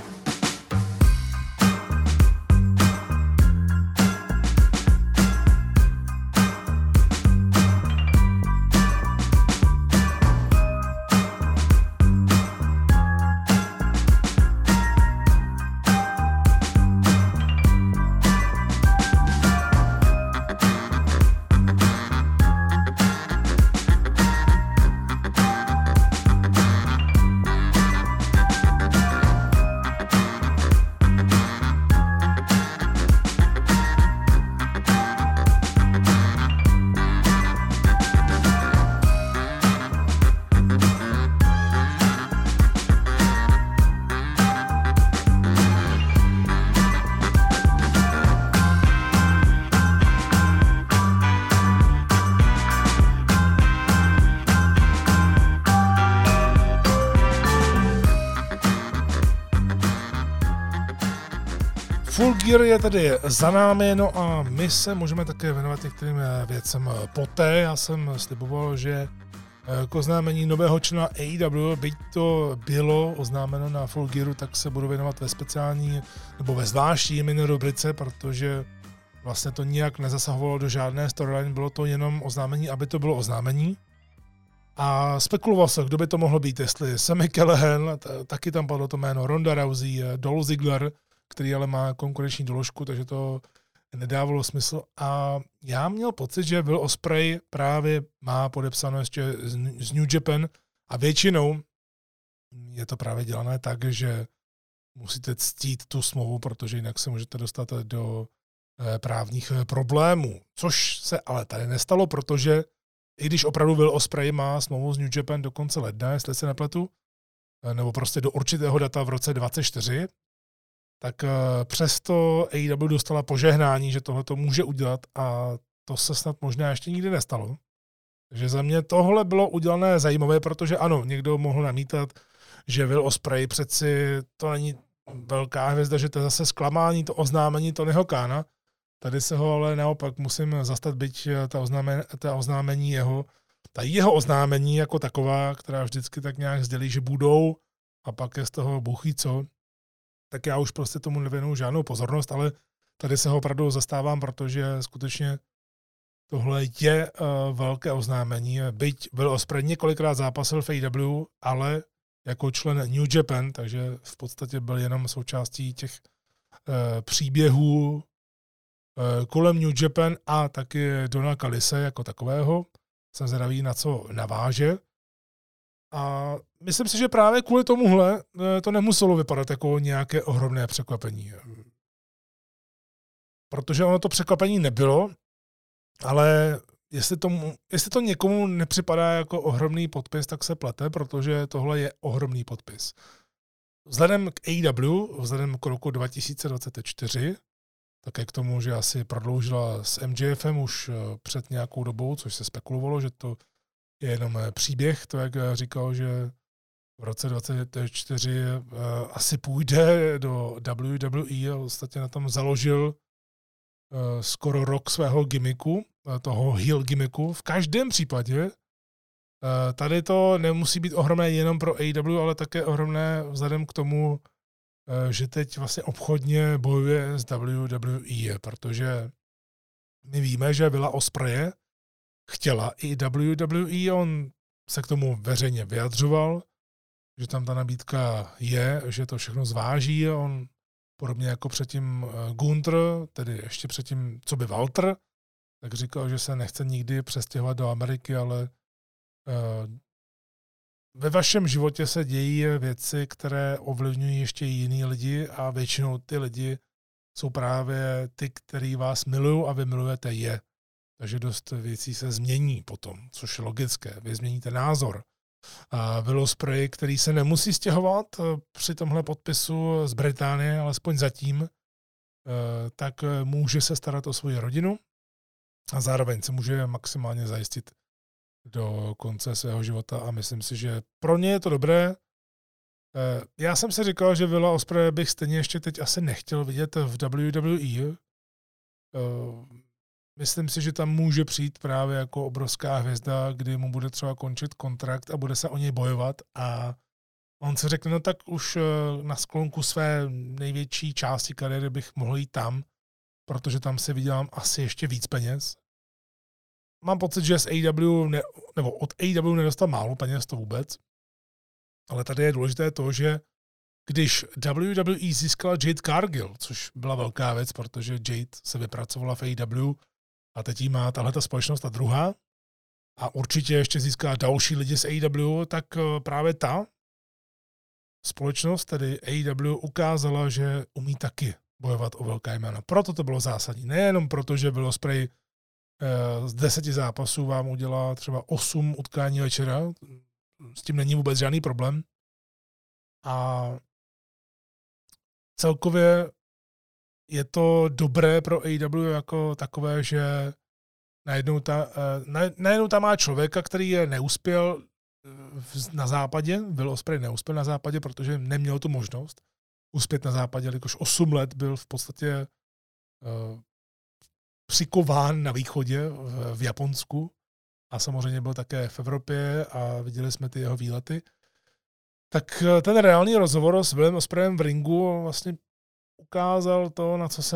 Full Gear je tedy za námi, no a my se můžeme také věnovat některým věcem poté. Já jsem sliboval, že k oznámení nového člena AEW, byť to bylo oznámeno na Full Gearu, tak se budu věnovat ve speciální nebo ve zvláštní mini rubrice, protože vlastně to nijak nezasahovalo do žádné storyline, bylo to jenom oznámení, aby to bylo oznámení. A spekuloval se, kdo by to mohlo být, jestli Sami Callihan, taky tam padlo to jméno Ronda Rousey, Dolph Ziggler, který ale má konkurenční doložku, takže to nedávalo smysl. A já měl pocit, že Will Ospreay právě má podepsáno ještě z New Japan a většinou je to právě dělané tak, že musíte ctít tu smlouvu, protože jinak se můžete dostat do právních problémů. Což se ale tady nestalo, protože i když opravdu Will Ospreay má smlouvu z New Japan do konce ledna, jestli se nepletu, nebo prostě do určitého data v roce 2024, tak přesto AEW dostala požehnání, že tohle to může udělat a to se snad možná ještě nikdy nestalo. Takže za mě tohle bylo udělané zajímavé, protože ano, někdo mohl namítat, že Will Ospreay přeci to není velká hvězda, že to je zase zklamání, to oznámení Tonyho Khána. Tady se ho ale naopak musím zastat, byť ta oznámení jeho oznámení jako taková, která vždycky tak nějak sdělí, že budou a pak je z toho buchý co, tak já už prostě tomu nevěnuju žádnou pozornost, ale tady se ho opravdu zastávám, protože skutečně tohle je velké oznámení. Byť Will Ospreay několikrát zápasil v AEW, ale jako člen New Japan, takže v podstatě byl jenom součástí těch příběhů kolem New Japan a taky Dona Calise jako takového. Jsem zvědavý, na co naváže. A myslím si, že právě kvůli tomuhle to nemuselo vypadat jako nějaké ohromné překvapení. protože ono to překvapení nebylo, ale jestli to někomu nepřipadá jako ohromný podpis, tak se plete, protože tohle je ohromný podpis. Vzhledem k AEW, vzhledem k roku 2024, také k tomu, že asi prodloužila s MJFem už před nějakou dobou, což se spekulovalo, že to je jenom příběh, to jak říkal, že v roce 2024 asi půjde do WWE a ostatně na tom založil skoro rok svého gimmicku, toho heel gimmicku. V každém případě tady to nemusí být ohromné jenom pro AEW, ale také ohromné vzhledem k tomu, že teď vlastně obchodně bojuje s WWE, protože my víme, že Willa Ospreje chtěla i WWE, on se k tomu veřejně vyjadřoval, že tam ta nabídka je, že to všechno zváží a on podobně jako předtím Gunther, tedy ještě předtím, co by Walter, tak říkal, že se nechce nikdy přestěhovat do Ameriky, ale ve vašem životě se dějí věci, které ovlivňují ještě jiný lidi a většinou ty lidi jsou právě ty, který vás milují a vy milujete je. Takže dost věcí se změní potom, což je logické. Vy změníte názor. Will Ospreay, který se nemusí stěhovat při tomhle podpisu z Británie, alespoň zatím, tak může se starat o svoji rodinu a zároveň se může maximálně zajistit do konce svého života a myslím si, že pro ně je to dobré. Já jsem si říkal, že Willa Ospreay bych stejně ještě teď asi nechtěl vidět v WWE. Myslím si, že tam může přijít právě jako obrovská hvězda, kdy mu bude třeba končit kontrakt a bude se o něj bojovat a on se řekne, no tak už na sklonku své největší části kariéry bych mohl jít tam, protože tam si vydělám asi ještě víc peněz. Mám pocit, že z AEW nebo od AEW nedostal málo peněz, to vůbec. Ale tady je důležité to, že když WWE získala Jade Cargill, což byla velká věc, protože Jade se vypracovala v AEW a teď jí má tahleta společnost a druhá a určitě ještě získá další lidi z AEW, tak právě ta společnost, tedy AEW, ukázala, že umí taky bojovat o velká jména. Proto to bylo zásadní. Nejenom proto, že Will Ospreay z 10 zápasů vám udělá třeba 8 utkání večera, s tím není vůbec žádný problém. A celkově je to dobré pro AEW jako takové, že najednou tam má člověka, který je neuspěl na západě, Will Ospreay neuspěl na západě, protože neměl tu možnost uspět na západě, jelikož 8 let byl v podstatě přikován na východě v Japonsku a samozřejmě byl také v Evropě a viděli jsme ty jeho výlety. Tak ten reálný rozhovor s Willem Ospreayem v ringu vlastně ukázal to, na co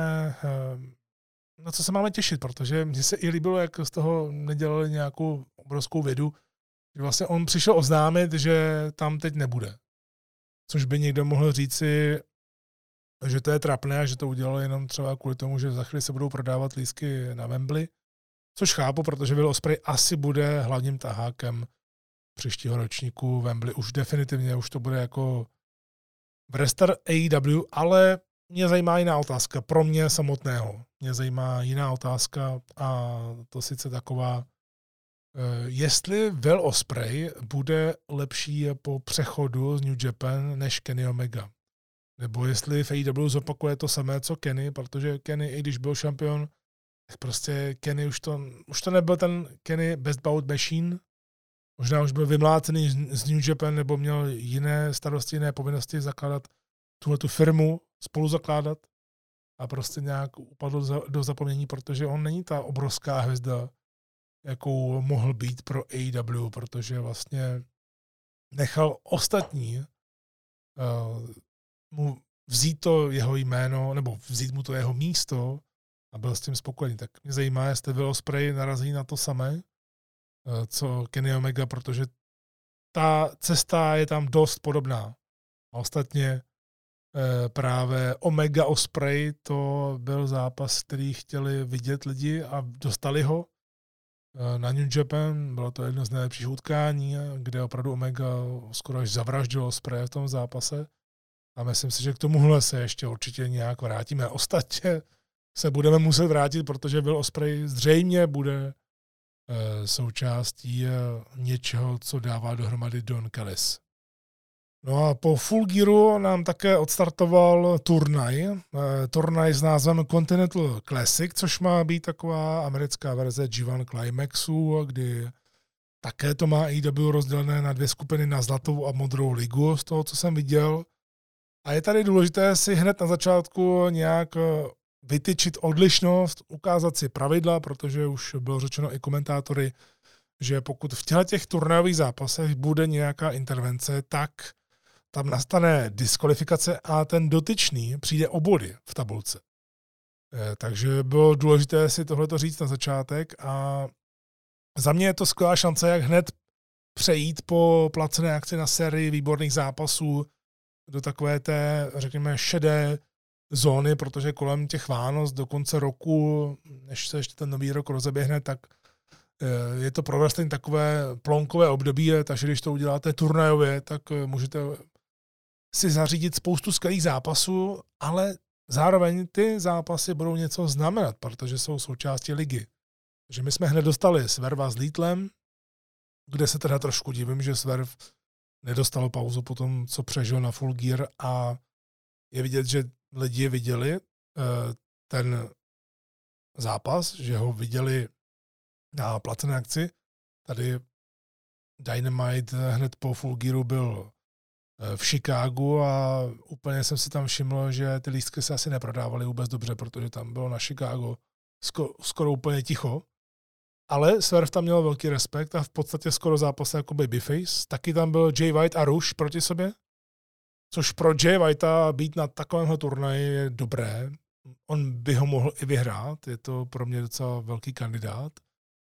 se máme těšit, protože mně se i líbilo, jak z toho nedělali nějakou obrovskou vědu, že vlastně on přišel oznámit, že tam teď nebude. Což by někdo mohl říci, že to je trapné a že to udělal jenom třeba kvůli tomu, že za chvíli se budou prodávat lístky na Wembley, což chápu, protože Will Ospreay asi bude hlavním tahákem příštího ročníku Wembley. Už definitivně, už to bude jako wrestler AEW, ale mě zajímá jiná otázka. Pro mě samotného mě zajímá jiná otázka a to sice taková, jestli Will Ospreay bude lepší po přechodu z New Japan než Kenny Omega. Nebo jestli v AEW zopakuje to samé, co Kenny, protože Kenny, i když byl šampion, tak prostě Kenny už to nebyl ten Kenny Best Bout Machine. Možná už byl vymlácený z New Japan nebo měl jiné starosti, jiné povinnosti zakládat tuhletu firmu, spolu zakládat a prostě nějak upadl do zapomnění, protože on není ta obrovská hvězda, jakou mohl být pro AEW, protože vlastně nechal ostatní mu vzít to jeho jméno, nebo vzít mu to jeho místo a byl s tím spokojený. Tak mě zajímá, jestli Will Ospreay narazí na to samé, co Kenny Omega, protože ta cesta je tam dost podobná. A ostatně právě Omega Ospreay to byl zápas, který chtěli vidět lidi a dostali ho na New Japan. Bylo to jedno z nejlepších utkání, kde opravdu Omega skoro až zavraždil Ospreay v tom zápase. A myslím si, že k tomuhle se ještě určitě nějak vrátíme. Ostatně se budeme muset vrátit, protože Will Ospreay zřejmě bude součástí něčeho, co dává dohromady Don Callis. No a po Full Gearu nám také odstartoval turnaj s názvem Continental Classic, což má být taková americká verze G1 Climaxu, kdy také to má AEW rozdělené na 2 skupiny, na zlatou a modrou ligu, z toho, co jsem viděl. A je tady důležité si hned na začátku nějak vytyčit odlišnost, ukázat si pravidla, protože už bylo řečeno i komentátory, že pokud v těch turnajových zápasech bude nějaká intervence, tak tam nastane diskvalifikace a ten dotyčný přijde o body v tabulce. Takže bylo důležité si tohleto říct na začátek a za mě je to skvělá šance, jak hned přejít po placené akci na sérii výborných zápasů do takové té, řekněme, šedé zóny, protože kolem těch Vánoc do konce roku, než se ještě ten nový rok rozeběhne, tak je to pro wrestling takové plonkové období, takže když to uděláte turnajově, tak můžete si zařídit spoustu skvělých zápasů, ale zároveň ty zápasy budou něco znamenat, protože jsou součástí ligy. Takže my jsme hned dostali Swerva s Lidlem, kde se teda trošku divím, že Swerv nedostal pauzu po tom, co přežil na Full Gear a je vidět, že lidi viděli ten zápas, že ho viděli na placené akci. Tady Dynamite hned po Full Gearu byl v Chicagu a úplně jsem si tam všiml, že ty lístky se asi neprodávaly vůbec dobře, protože tam bylo na Chicago skoro úplně ticho. Ale Swerve tam měl velký respekt a v podstatě skoro zápas jako babyface. Taky tam byl Jay White a Rush proti sobě, což pro Jay Whitea být na takovémhle turnaji je dobré. On by ho mohl i vyhrát, je to pro mě docela velký kandidát.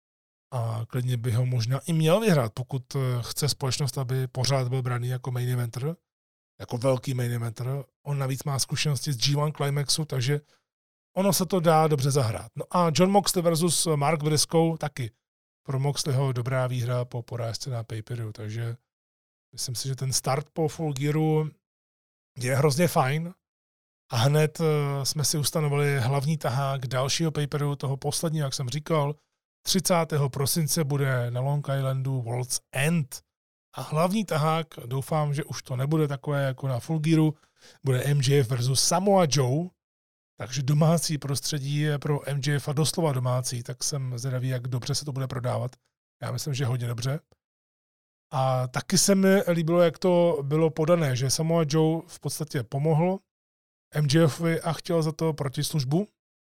A klidně by ho možná i měl vyhrát, pokud chce společnost, aby pořád byl braný jako main eventer, jako velký main eventer. On navíc má zkušenosti z G1 Climaxu, takže ono se to dá dobře zahrát. No a John Moxley versus Mark Briscoe taky. Pro Moxleyho dobrá výhra po porážce na pay-per-view, takže myslím si, že ten start po Full Gearu je hrozně fajn. A hned jsme si ustanovili hlavní tahák dalšího pay-per-view, toho posledního, jak jsem říkal, 30. prosince bude na Long Islandu World's End. A hlavní tahák, doufám, že už to nebude takové jako na Full Gearu, bude MJF versus Samoa Joe. Takže domácí prostředí je pro MJF a doslova domácí, tak jsem zvědavý, jak dobře se to bude prodávat. Já myslím, že hodně dobře. A taky se mi líbilo, jak to bylo podané, že Samoa Joe v podstatě pomohl MJFovi a chtěl za to protislužbu,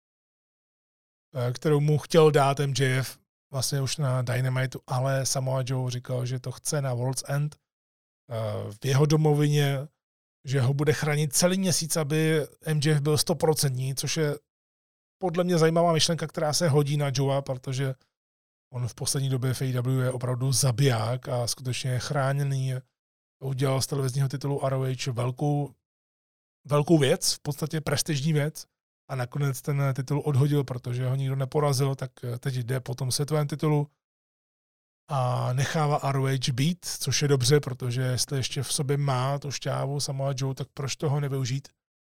kterou mu chtěl dát MJF vlastně už na Dynamitu, ale Samoa Joe říkal, že to chce na World's End v jeho domovině, že ho bude chránit celý měsíc, aby MJF byl 100%, což je podle mě zajímavá myšlenka, která se hodí na Joea, protože on v poslední době v AEW je opravdu zabiják a skutečně je chráněný. Udělal z televizního titulu ROH velkou věc, v podstatě prestižní věc a nakonec ten titul odhodil, protože ho nikdo neporazil, tak teď jde po tom světovém titulu a nechává ROH být, což je dobře, protože jestli ještě v sobě má tu šťávu Samoa Joe, tak proč toho nevyužít?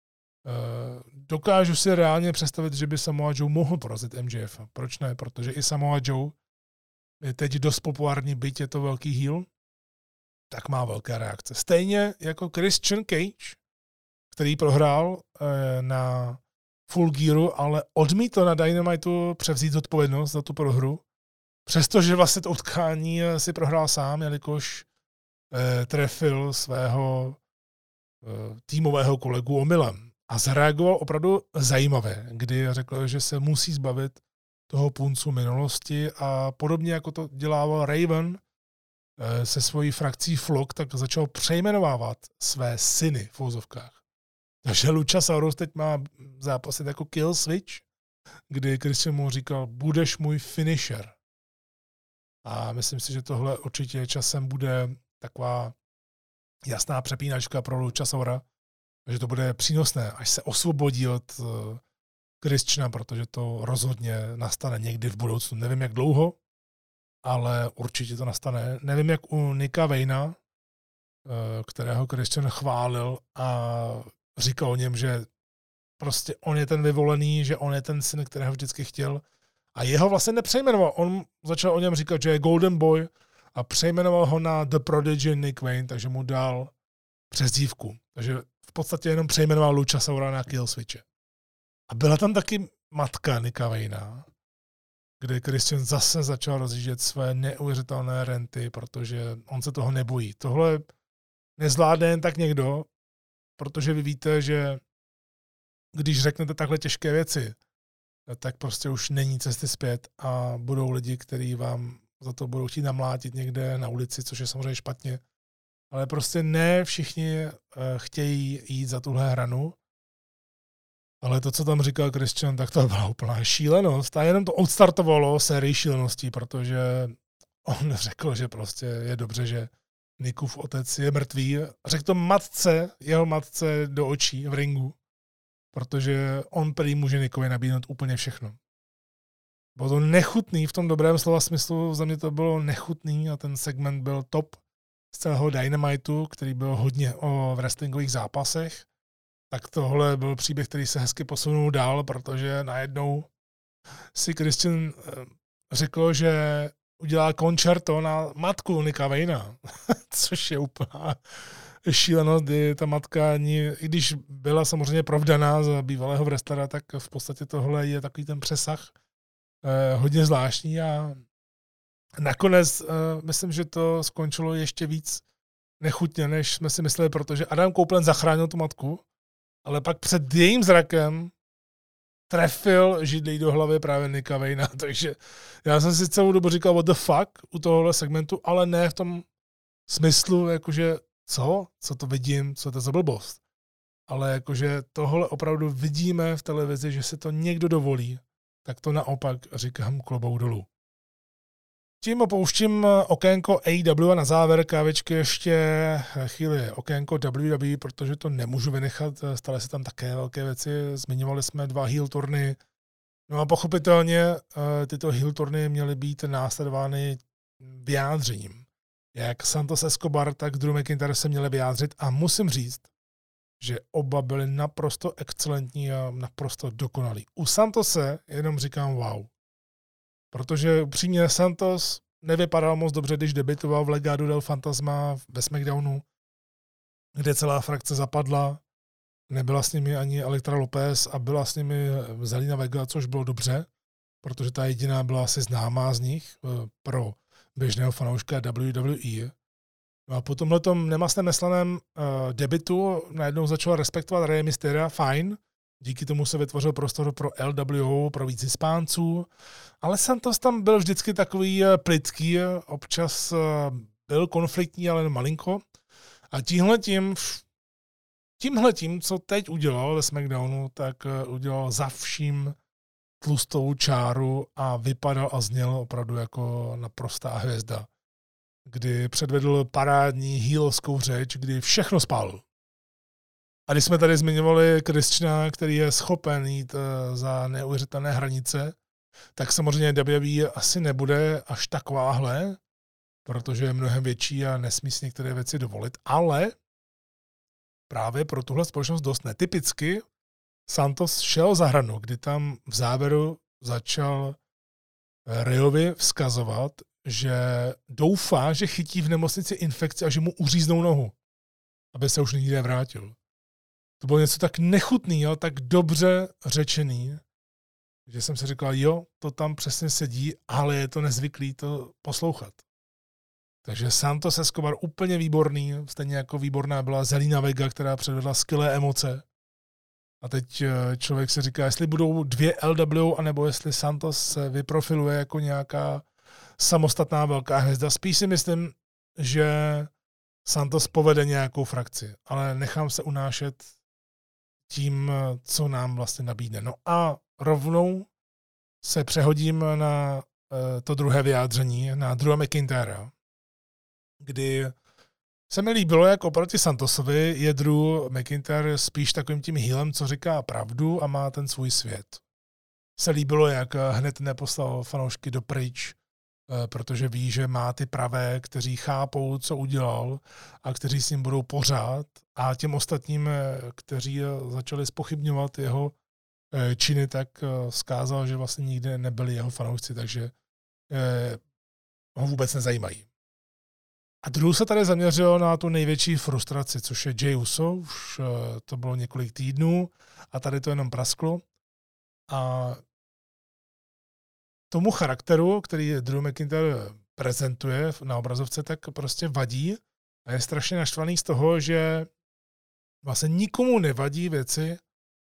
Dokážu si reálně představit, že by Samoa Joe mohl porazit MJF. Proč ne? Protože i Samoa Joe je teď dost populární, byť je to velký heel, tak má velké reakce. Stejně jako Christian Cage, který prohrál na Full Gearu, ale odmítl na Dynamitu převzít odpovědnost za tu prohru, přestože vlastně to utkání si prohrál sám, jelikož trefil svého týmového kolegu omylem. A zareagoval opravdu zajímavě, kdy řekl, že se musí zbavit toho puncu minulosti a podobně jako to dělával Raven se svojí frakcí Flock, tak začal přejmenovávat své syny v uvozovkách. Takže Luchasaurus teď má zápasit jako kill switch, kdy Christian mu říkal, budeš můj finisher. A myslím si, že tohle určitě časem bude taková jasná přepínačka pro Luchasaura, že to bude přínosné, až se osvobodí od Christiana, protože to rozhodně nastane někdy v budoucnu. Nevím, jak dlouho, ale určitě to nastane. Nevím, jak u Nicka Wayna, kterého Christian chválil a říkal o něm, že prostě on je ten vyvolený, že on je ten syn, kterého vždycky chtěl. A jeho vlastně nepřejmenoval. On začal o něm říkat, že je Golden Boy a přejmenoval ho na The Prodigy Nick Wayne, takže mu dal přezdívku. Takže v podstatě jenom přejmenoval Luchasaura na Killswitche. A byla tam taky matka Nicka Wayna, kde Christian zase začal rozjíždět své neuvěřitelné renty, protože on se toho nebojí. Tohle nezvládne jen tak někdo, protože vy víte, že když řeknete takhle těžké věci, tak prostě už není cesty zpět a budou lidi, kteří vám za to budou chtít namlátit někde na ulici, což je samozřejmě špatně. Ale prostě ne všichni chtějí jít za tuhle hranu. Ale to, co tam říkal Christian, tak to byla úplná šílenost. A jenom to odstartovalo sérii šíleností, protože on řekl, že prostě je dobře, že Nickův otec je mrtvý. Řekl to jeho matce do očí v ringu, protože on prý může Nickovi nabídnout úplně všechno. Bylo to nechutný v tom dobrém slova smyslu, za mě to bylo nechutný a ten segment byl top z celého Dynamitu, který byl hodně o wrestlingových zápasech. Tak tohle byl příběh, který se hezky posunul dál, protože najednou si Christian řekl, že udělá koncerto na matku Nicka Wayna, což je úplná šílenost, kdy ta matka, i když byla samozřejmě provdaná za bývalého wrestlera, tak v podstatě tohle je takový ten přesah hodně zvláštní a nakonec myslím, že to skončilo ještě víc nechutně, než jsme si mysleli, protože Adam Copeland zachránil tu matku, ale pak před jejím zrakem trefil židlí do hlavy právě Nicka Wayna, takže já jsem si celou dobu říkal what the fuck u tohohle segmentu, ale ne v tom smyslu, jakože co to vidím, co je to za blbost. Ale jakože tohle opravdu vidíme v televizi, že se to někdo dovolí, tak to naopak říkám klobouk dolů. Tím opouštím okénko AEW a na závěr kávečky ještě chvíli okénko WWE, protože to nemůžu vynechat, staly se tam také velké věci, zmiňovali jsme 2 heel turny, no a pochopitelně tyto heel turny měly být následovány vyjádřením. Jak Santos Escobar, tak Drew McIntyre se měli vyjádřit a musím říct, že oba byli naprosto excelentní a naprosto dokonalí. U Santose jenom říkám wow. Protože upřímně Santos nevypadal moc dobře, když debitoval v Legado del Fantasma ve SmackDownu, kde celá frakce zapadla. Nebyla s nimi ani Elektra Lopez a byla s nimi Zelina Vega, což bylo dobře, protože ta jediná byla asi známá z nich pro běžného fanouška WWE. No a po tomhletom nemastném neslaném debitu najednou začal respektovat Rey Mysteria, fajn. Díky tomu se vytvořil prostor pro LWO, pro víc Hispánců, ale Santos tam byl vždycky takový plytký, občas byl konfliktní, ale malinko. A tímhletím, co teď udělal ve SmackDownu, tak udělal za vším tlustou čáru a vypadal a zněl opravdu jako naprostá hvězda, kdy předvedl parádní heelskou řeč, kdy všechno spálil. A když jsme tady zmiňovali Christiana, který je schopen jít za neuvěřitelné hranice, tak samozřejmě WWE asi nebude až takováhle, protože je mnohem větší a nesmí si některé věci dovolit, ale právě pro tuhle společnost dost netypicky Santos šel za hranu, kdy tam v závěru začal Reyovi vzkazovat, že doufá, že chytí v nemocnici infekci a že mu uříznou nohu, aby se už nikdy nevrátil. To bylo něco tak nechutný, tak dobře řečený, že jsem si říkal, jo, to tam přesně sedí, ale je to nezvyklý to poslouchat. Takže Santos Escobar úplně výborný, stejně jako výborná byla Zelina Vega, která předvedla skvělé emoce. A teď člověk si říká, jestli budou 2 LWO, anebo jestli Santos se vyprofiluje jako nějaká samostatná velká hvězda. Spíš si myslím, že Santos povede nějakou frakci, ale nechám se unášet tím, co nám vlastně nabídne. No a rovnou se přehodím na to druhé vyjádření, na Drewa McIntyra, kdy se mi líbilo, jak oproti Santosovi je Drew McIntyre spíš takovým tím heelem, co říká pravdu a má ten svůj svět. Se líbilo, jak hned neposlal fanoušky do pryč, protože ví, že má ty pravé, kteří chápou, co udělal a kteří s ním budou pořád a těm ostatním, kteří začali zpochybňovat jeho činy, tak vzkázal, že vlastně nikdy nebyli jeho fanoušci, takže ho vůbec nezajímají. A Drew se tady zaměřil na tu největší frustraci, což je Jey Uso, už to bylo několik týdnů a tady to jenom prasklo. A tomu charakteru, který Drew McIntyre prezentuje na obrazovce, tak prostě vadí a je strašně naštvaný z toho, že vlastně nikomu nevadí věci,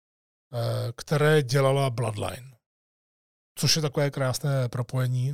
které dělala Bloodline. Což je takové krásné propojení.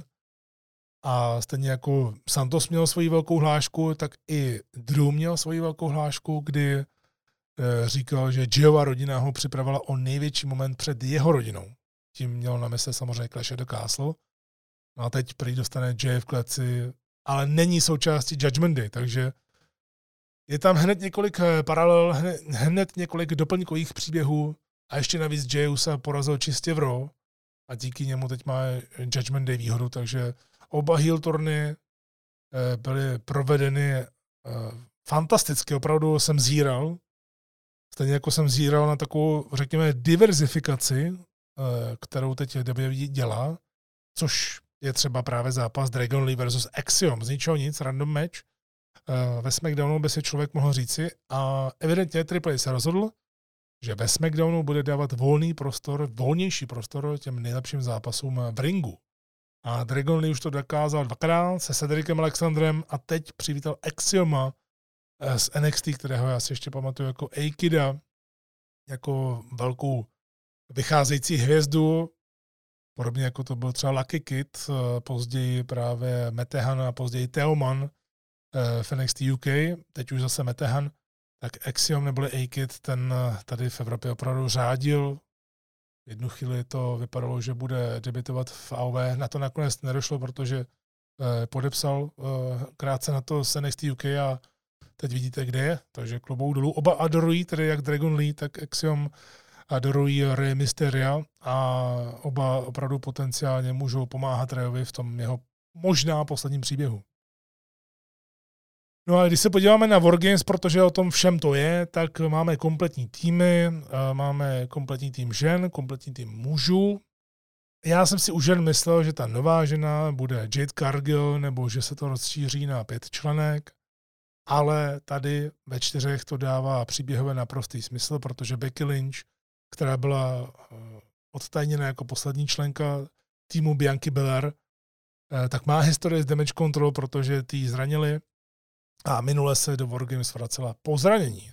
A stejně jako Santos měl svoji velkou hlášku, tak i Drew měl svoji velkou hlášku, kdy říkal, že Jeyova rodina ho připravila o největší moment před jeho rodinou. Tím měl na mysli samozřejmě Clash of the Castle. No a teď prý dostane Jey v kleci, ale není součástí Judgment Day, takže je tam hned několik paralel, hned několik doplňkových příběhů a ještě navíc Jey Uso porazil čistě v Raw a díky němu teď má Judgment Day výhodu, takže oba heel turny byly provedeny fantasticky, opravdu jsem zíral. Stejně jako jsem zíral na takovou, řekněme, diverzifikaci, kterou teď WWE dělá, což je třeba právě zápas Dragon Lee versus Axiom. Z ničeho nic, random match. Ve SmackDownu by si člověk mohl říci a evidentně Triple H se rozhodl, že ve SmackDownu bude dávat volnější prostor těm nejlepším zápasům v ringu. A Dragon Lee už to dokázal dvakrát se Cedricem Alexandrem a teď přivítal Axioma z NXT, kterého já si ještě pamatuju jako A-Kida, jako velkou vycházející hvězdu, podobně jako to byl třeba Lucky Kid, později právě Metehan a později Teoman v NXT UK, teď už zase Metehan, tak Axiom neboli A-Kid, ten tady v Evropě opravdu řádil. V jednu chvíli to vypadalo, že bude debitovat v AOV. Na to nakonec nedošlo, protože podepsal krátce na to z NXT UK a teď vidíte, kde je. Takže klobouk dolů. Oba adorují, tedy jak Dragon Lee, tak Axiom adorují Rey Mysteria a oba opravdu potenciálně můžou pomáhat Reyovi v tom jeho možná posledním příběhu. No a když se podíváme na Wargames, protože o tom všem to je, tak máme kompletní týmy, máme kompletní tým žen, kompletní tým mužů. Já jsem si u žen myslel, že ta nová žena bude Jade Cargill, nebo že se to rozšíří na 5 členek, ale tady ve 4 to dává příběhově naprostý smysl, protože Becky Lynch, která byla odtajněna jako poslední členka týmu Bianchi Belair, tak má historii s damage control, protože ty zranili a minule se do Wargames vracela po zranění.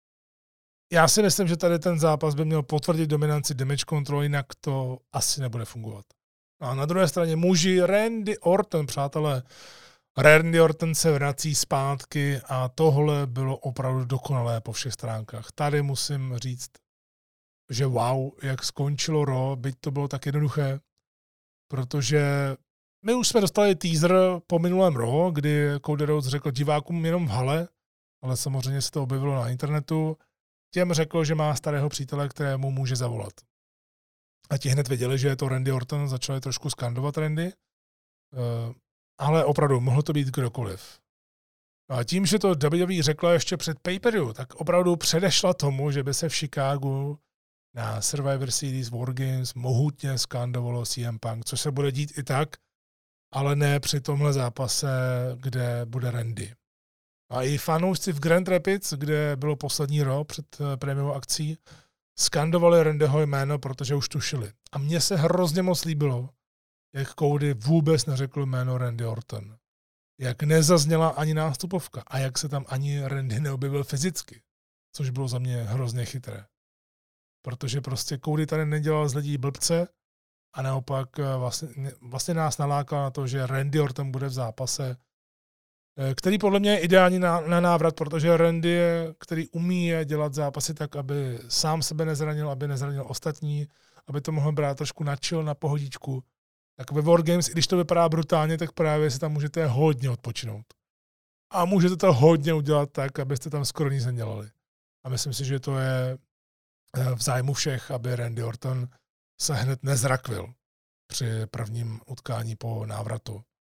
Já si myslím, že tady ten zápas by měl potvrdit dominanci damage control, jinak to asi nebude fungovat. A na druhé straně muži Randy Orton, přátelé, Randy Orton se vrací zpátky a tohle bylo opravdu dokonalé po všech stránkách. Tady musím říct, že wow, jak skončilo Raw, byť to bylo tak jednoduché, protože my už jsme dostali teaser po minulém Raw, kdy Cody Rhodes řekl divákům jenom v hale, ale samozřejmě se to objevilo na internetu, těm řekl, že má starého přítele, kterému může zavolat. A ti hned věděli, že je to Randy Orton, začali trošku skandovat Randy, ale opravdu mohlo to být kdokoliv. A tím, že to WWE řekla ještě před pay-per-view, tak opravdu předešla tomu, že by se v Chicagu na Survivor Series Wargames mohutně skandovalo CM Punk, což se bude dít i tak, ale ne při tomhle zápase, kde bude Randy. A i fanoušci v Grand Rapids, kde bylo poslední Raw před prémiovou akcí, skandovali Randyho jméno, protože už tušili. A mně se hrozně moc líbilo, jak Cody vůbec neřekl jméno Randy Orton. Jak nezazněla ani nástupovka a jak se tam ani Randy neobjevil fyzicky, což bylo za mě hrozně chytré. Protože prostě Cody tady nedělal z lidí blbce a naopak vlastně nás nalákal na to, že Randy Orton bude v zápase, který podle mě je ideální na návrat, protože Randy je, který umí dělat zápasy tak, aby sám sebe nezranil, aby nezranil ostatní, aby to mohl brát trošku na chill, na pohodičku. Tak ve Wargames, i když to vypadá brutálně, tak právě si tam můžete hodně odpočinout. A můžete to hodně udělat tak, abyste tam skoro nic nedělali. A myslím si, že to je v zájmu všech, aby Randy Orton se hned nezrakvil při prvním utkání po návratu.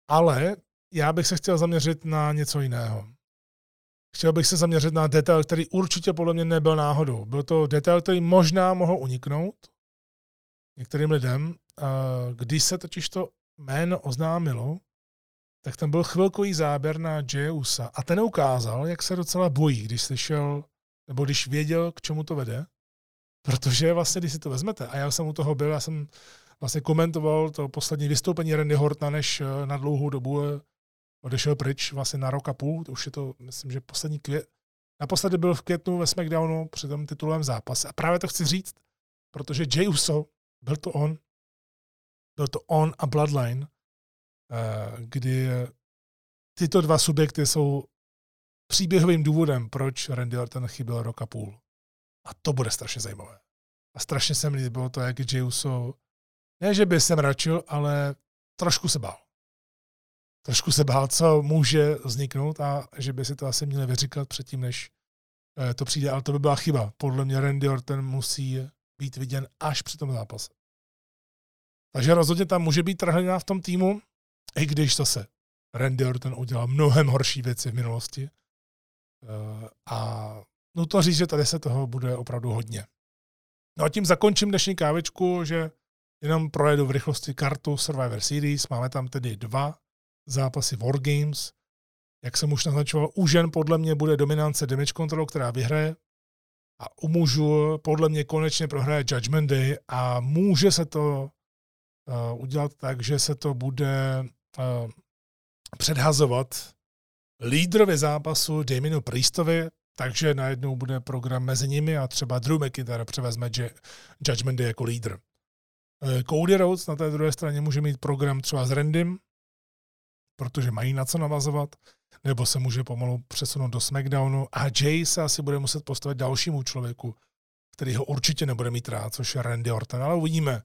Ale já bych se chtěl zaměřit na něco jiného. Chtěl bych se zaměřit na detail, který určitě podle mě nebyl náhodou. Byl to detail, který možná mohl uniknout některým lidem. Když se totiž to jméno oznámilo, tak tam byl chvilkový záběr na Jey Usa a ten ukázal, jak se docela bojí, když slyšel, nebo když věděl, k čemu to vede. Protože vlastně, když si to vezmete, a já jsem u toho byl, já jsem vlastně komentoval to poslední vystoupení Randy Ortona, než na dlouhou dobu odešel pryč, vlastně na rok a půl, to už je to, myslím, že naposledy byl v květnu ve SmackDownu při tom titulovém zápase. A právě to chci říct, protože Jey Uso, byl to on a Bloodline, kdy tyto dva subjekty jsou příběhovým důvodem, proč Randy Orton chyběl rok a půl. A to bude strašně zajímavé. A strašně se mi líbilo to, jak Jey Uso, ne, že by se mračil, ale trošku se bál. Trošku se bál, co může vzniknout a že by si to asi měli vyříkat předtím, než to přijde, ale to by byla chyba. Podle mě Randy Orton musí být viděn až při tom zápase. Takže rozhodně tam může být trhlina v tom týmu, i když zase Randy Orton udělal mnohem horší věci v minulosti. A nutno říct, že tady se toho bude opravdu hodně. No a tím zakončím dnešní kávičku, že jenom projedu v rychlosti kartu Survivor Series. Máme tam tedy 2 zápasy War Games. Jak jsem už naznačoval, u žen podle mě bude dominance Damage Control, která vyhraje. A u mužů podle mě konečně prohraje Judgment Day a může se to udělat tak, že se to bude předhazovat lídrovi zápasu Damianu Priestovi, takže najednou bude program mezi nimi a třeba Drew McIntyre převezme Judgment Day jako lídr. Cody Rhodes na té druhé straně může mít program třeba s Randym, protože mají na co navazovat, nebo se může pomalu přesunout do SmackDownu a Jay se asi bude muset postavit dalšímu člověku, který ho určitě nebude mít rád, což je Randy Orton, ale uvidíme,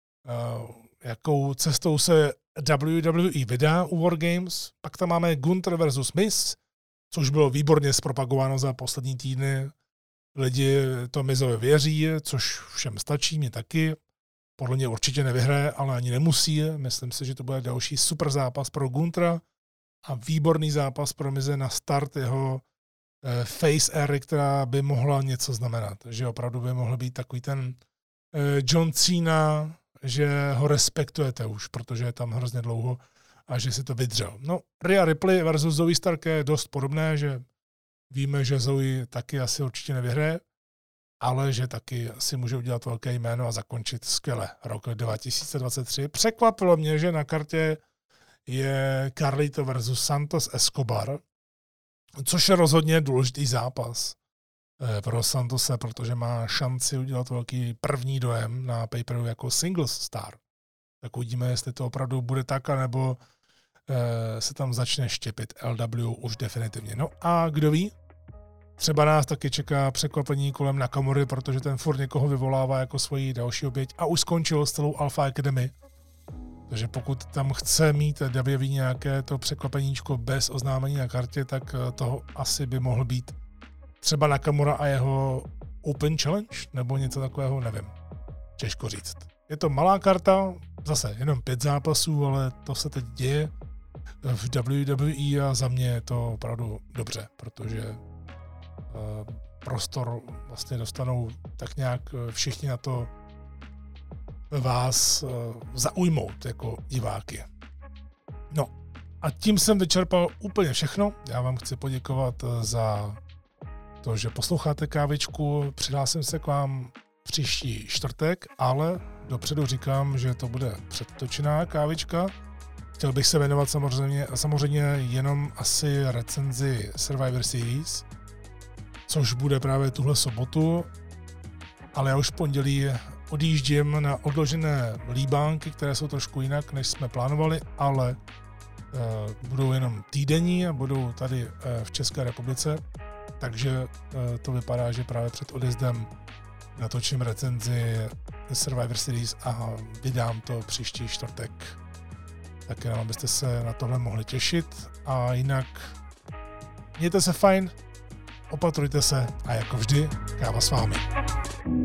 jakou cestou se WWE vydá u War Games. Pak tam máme Gunther versus Miz, což bylo výborně zpropagováno za poslední týdny. Lidi to Mizovi věří, což všem stačí, mě taky. Podle mě určitě nevyhraje, ale ani nemusí. Myslím si, že to bude další super zápas pro Gunthera a výborný zápas pro Mize na start jeho face éry, která by mohla něco znamenat. Že opravdu by mohl být takový ten John Cena, že ho respektujete už, protože je tam hrozně dlouho a že si to vydřel. No, Rhea Ripley versus Zoe Stark je dost podobné, že víme, že Zoe taky asi určitě nevyhraje, ale že taky si může udělat velké jméno a zakončit skvěle rok 2023. Překvapilo mě, že na kartě je Carlito versus Santos Escobar, což je rozhodně důležitý zápas pro Santose, protože má šanci udělat velký první dojem na pay-per-view jako singles star. Tak uvidíme, jestli to opravdu bude tak, anebo se tam začne štěpit LW už definitivně. No a kdo ví, třeba nás taky čeká překvapení kolem Nakamury, protože ten furt někoho vyvolává jako svoji další oběť a už skončil s celou Alpha Academy. Takže pokud tam chce mít WWE nějaké to překvapeníčko bez oznámení na kartě, tak toho asi by mohl být třeba Nakamura a jeho Open Challenge, nebo něco takového, nevím. Těžko říct. Je to malá karta, zase jenom 5 zápasů, ale to se teď děje v WWE a za mě je to opravdu dobře, protože prostor vlastně dostanou tak nějak všichni na to vás zaujmout jako diváky. No a tím jsem vyčerpal úplně všechno. Já vám chci poděkovat za to, že posloucháte kávičku. Přihlásím se k vám příští čtvrtek, ale dopředu říkám, že to bude předtočená kávička. Chtěl bych se věnovat samozřejmě jenom asi recenzi Survivor Series, což bude právě tuhle sobotu, ale já už v pondělí odjíždím na odložené líbánky, které jsou trošku jinak, než jsme plánovali, ale budou jenom týdenní a budou tady v České republice, takže to vypadá, že právě před odjezdem natočím recenzi Survivor Series a vydám to příští čtvrtek. Tak jenom, abyste se na tohle mohli těšit a jinak mějte se fajn, opatrujte se a jako vždy káva s vámi.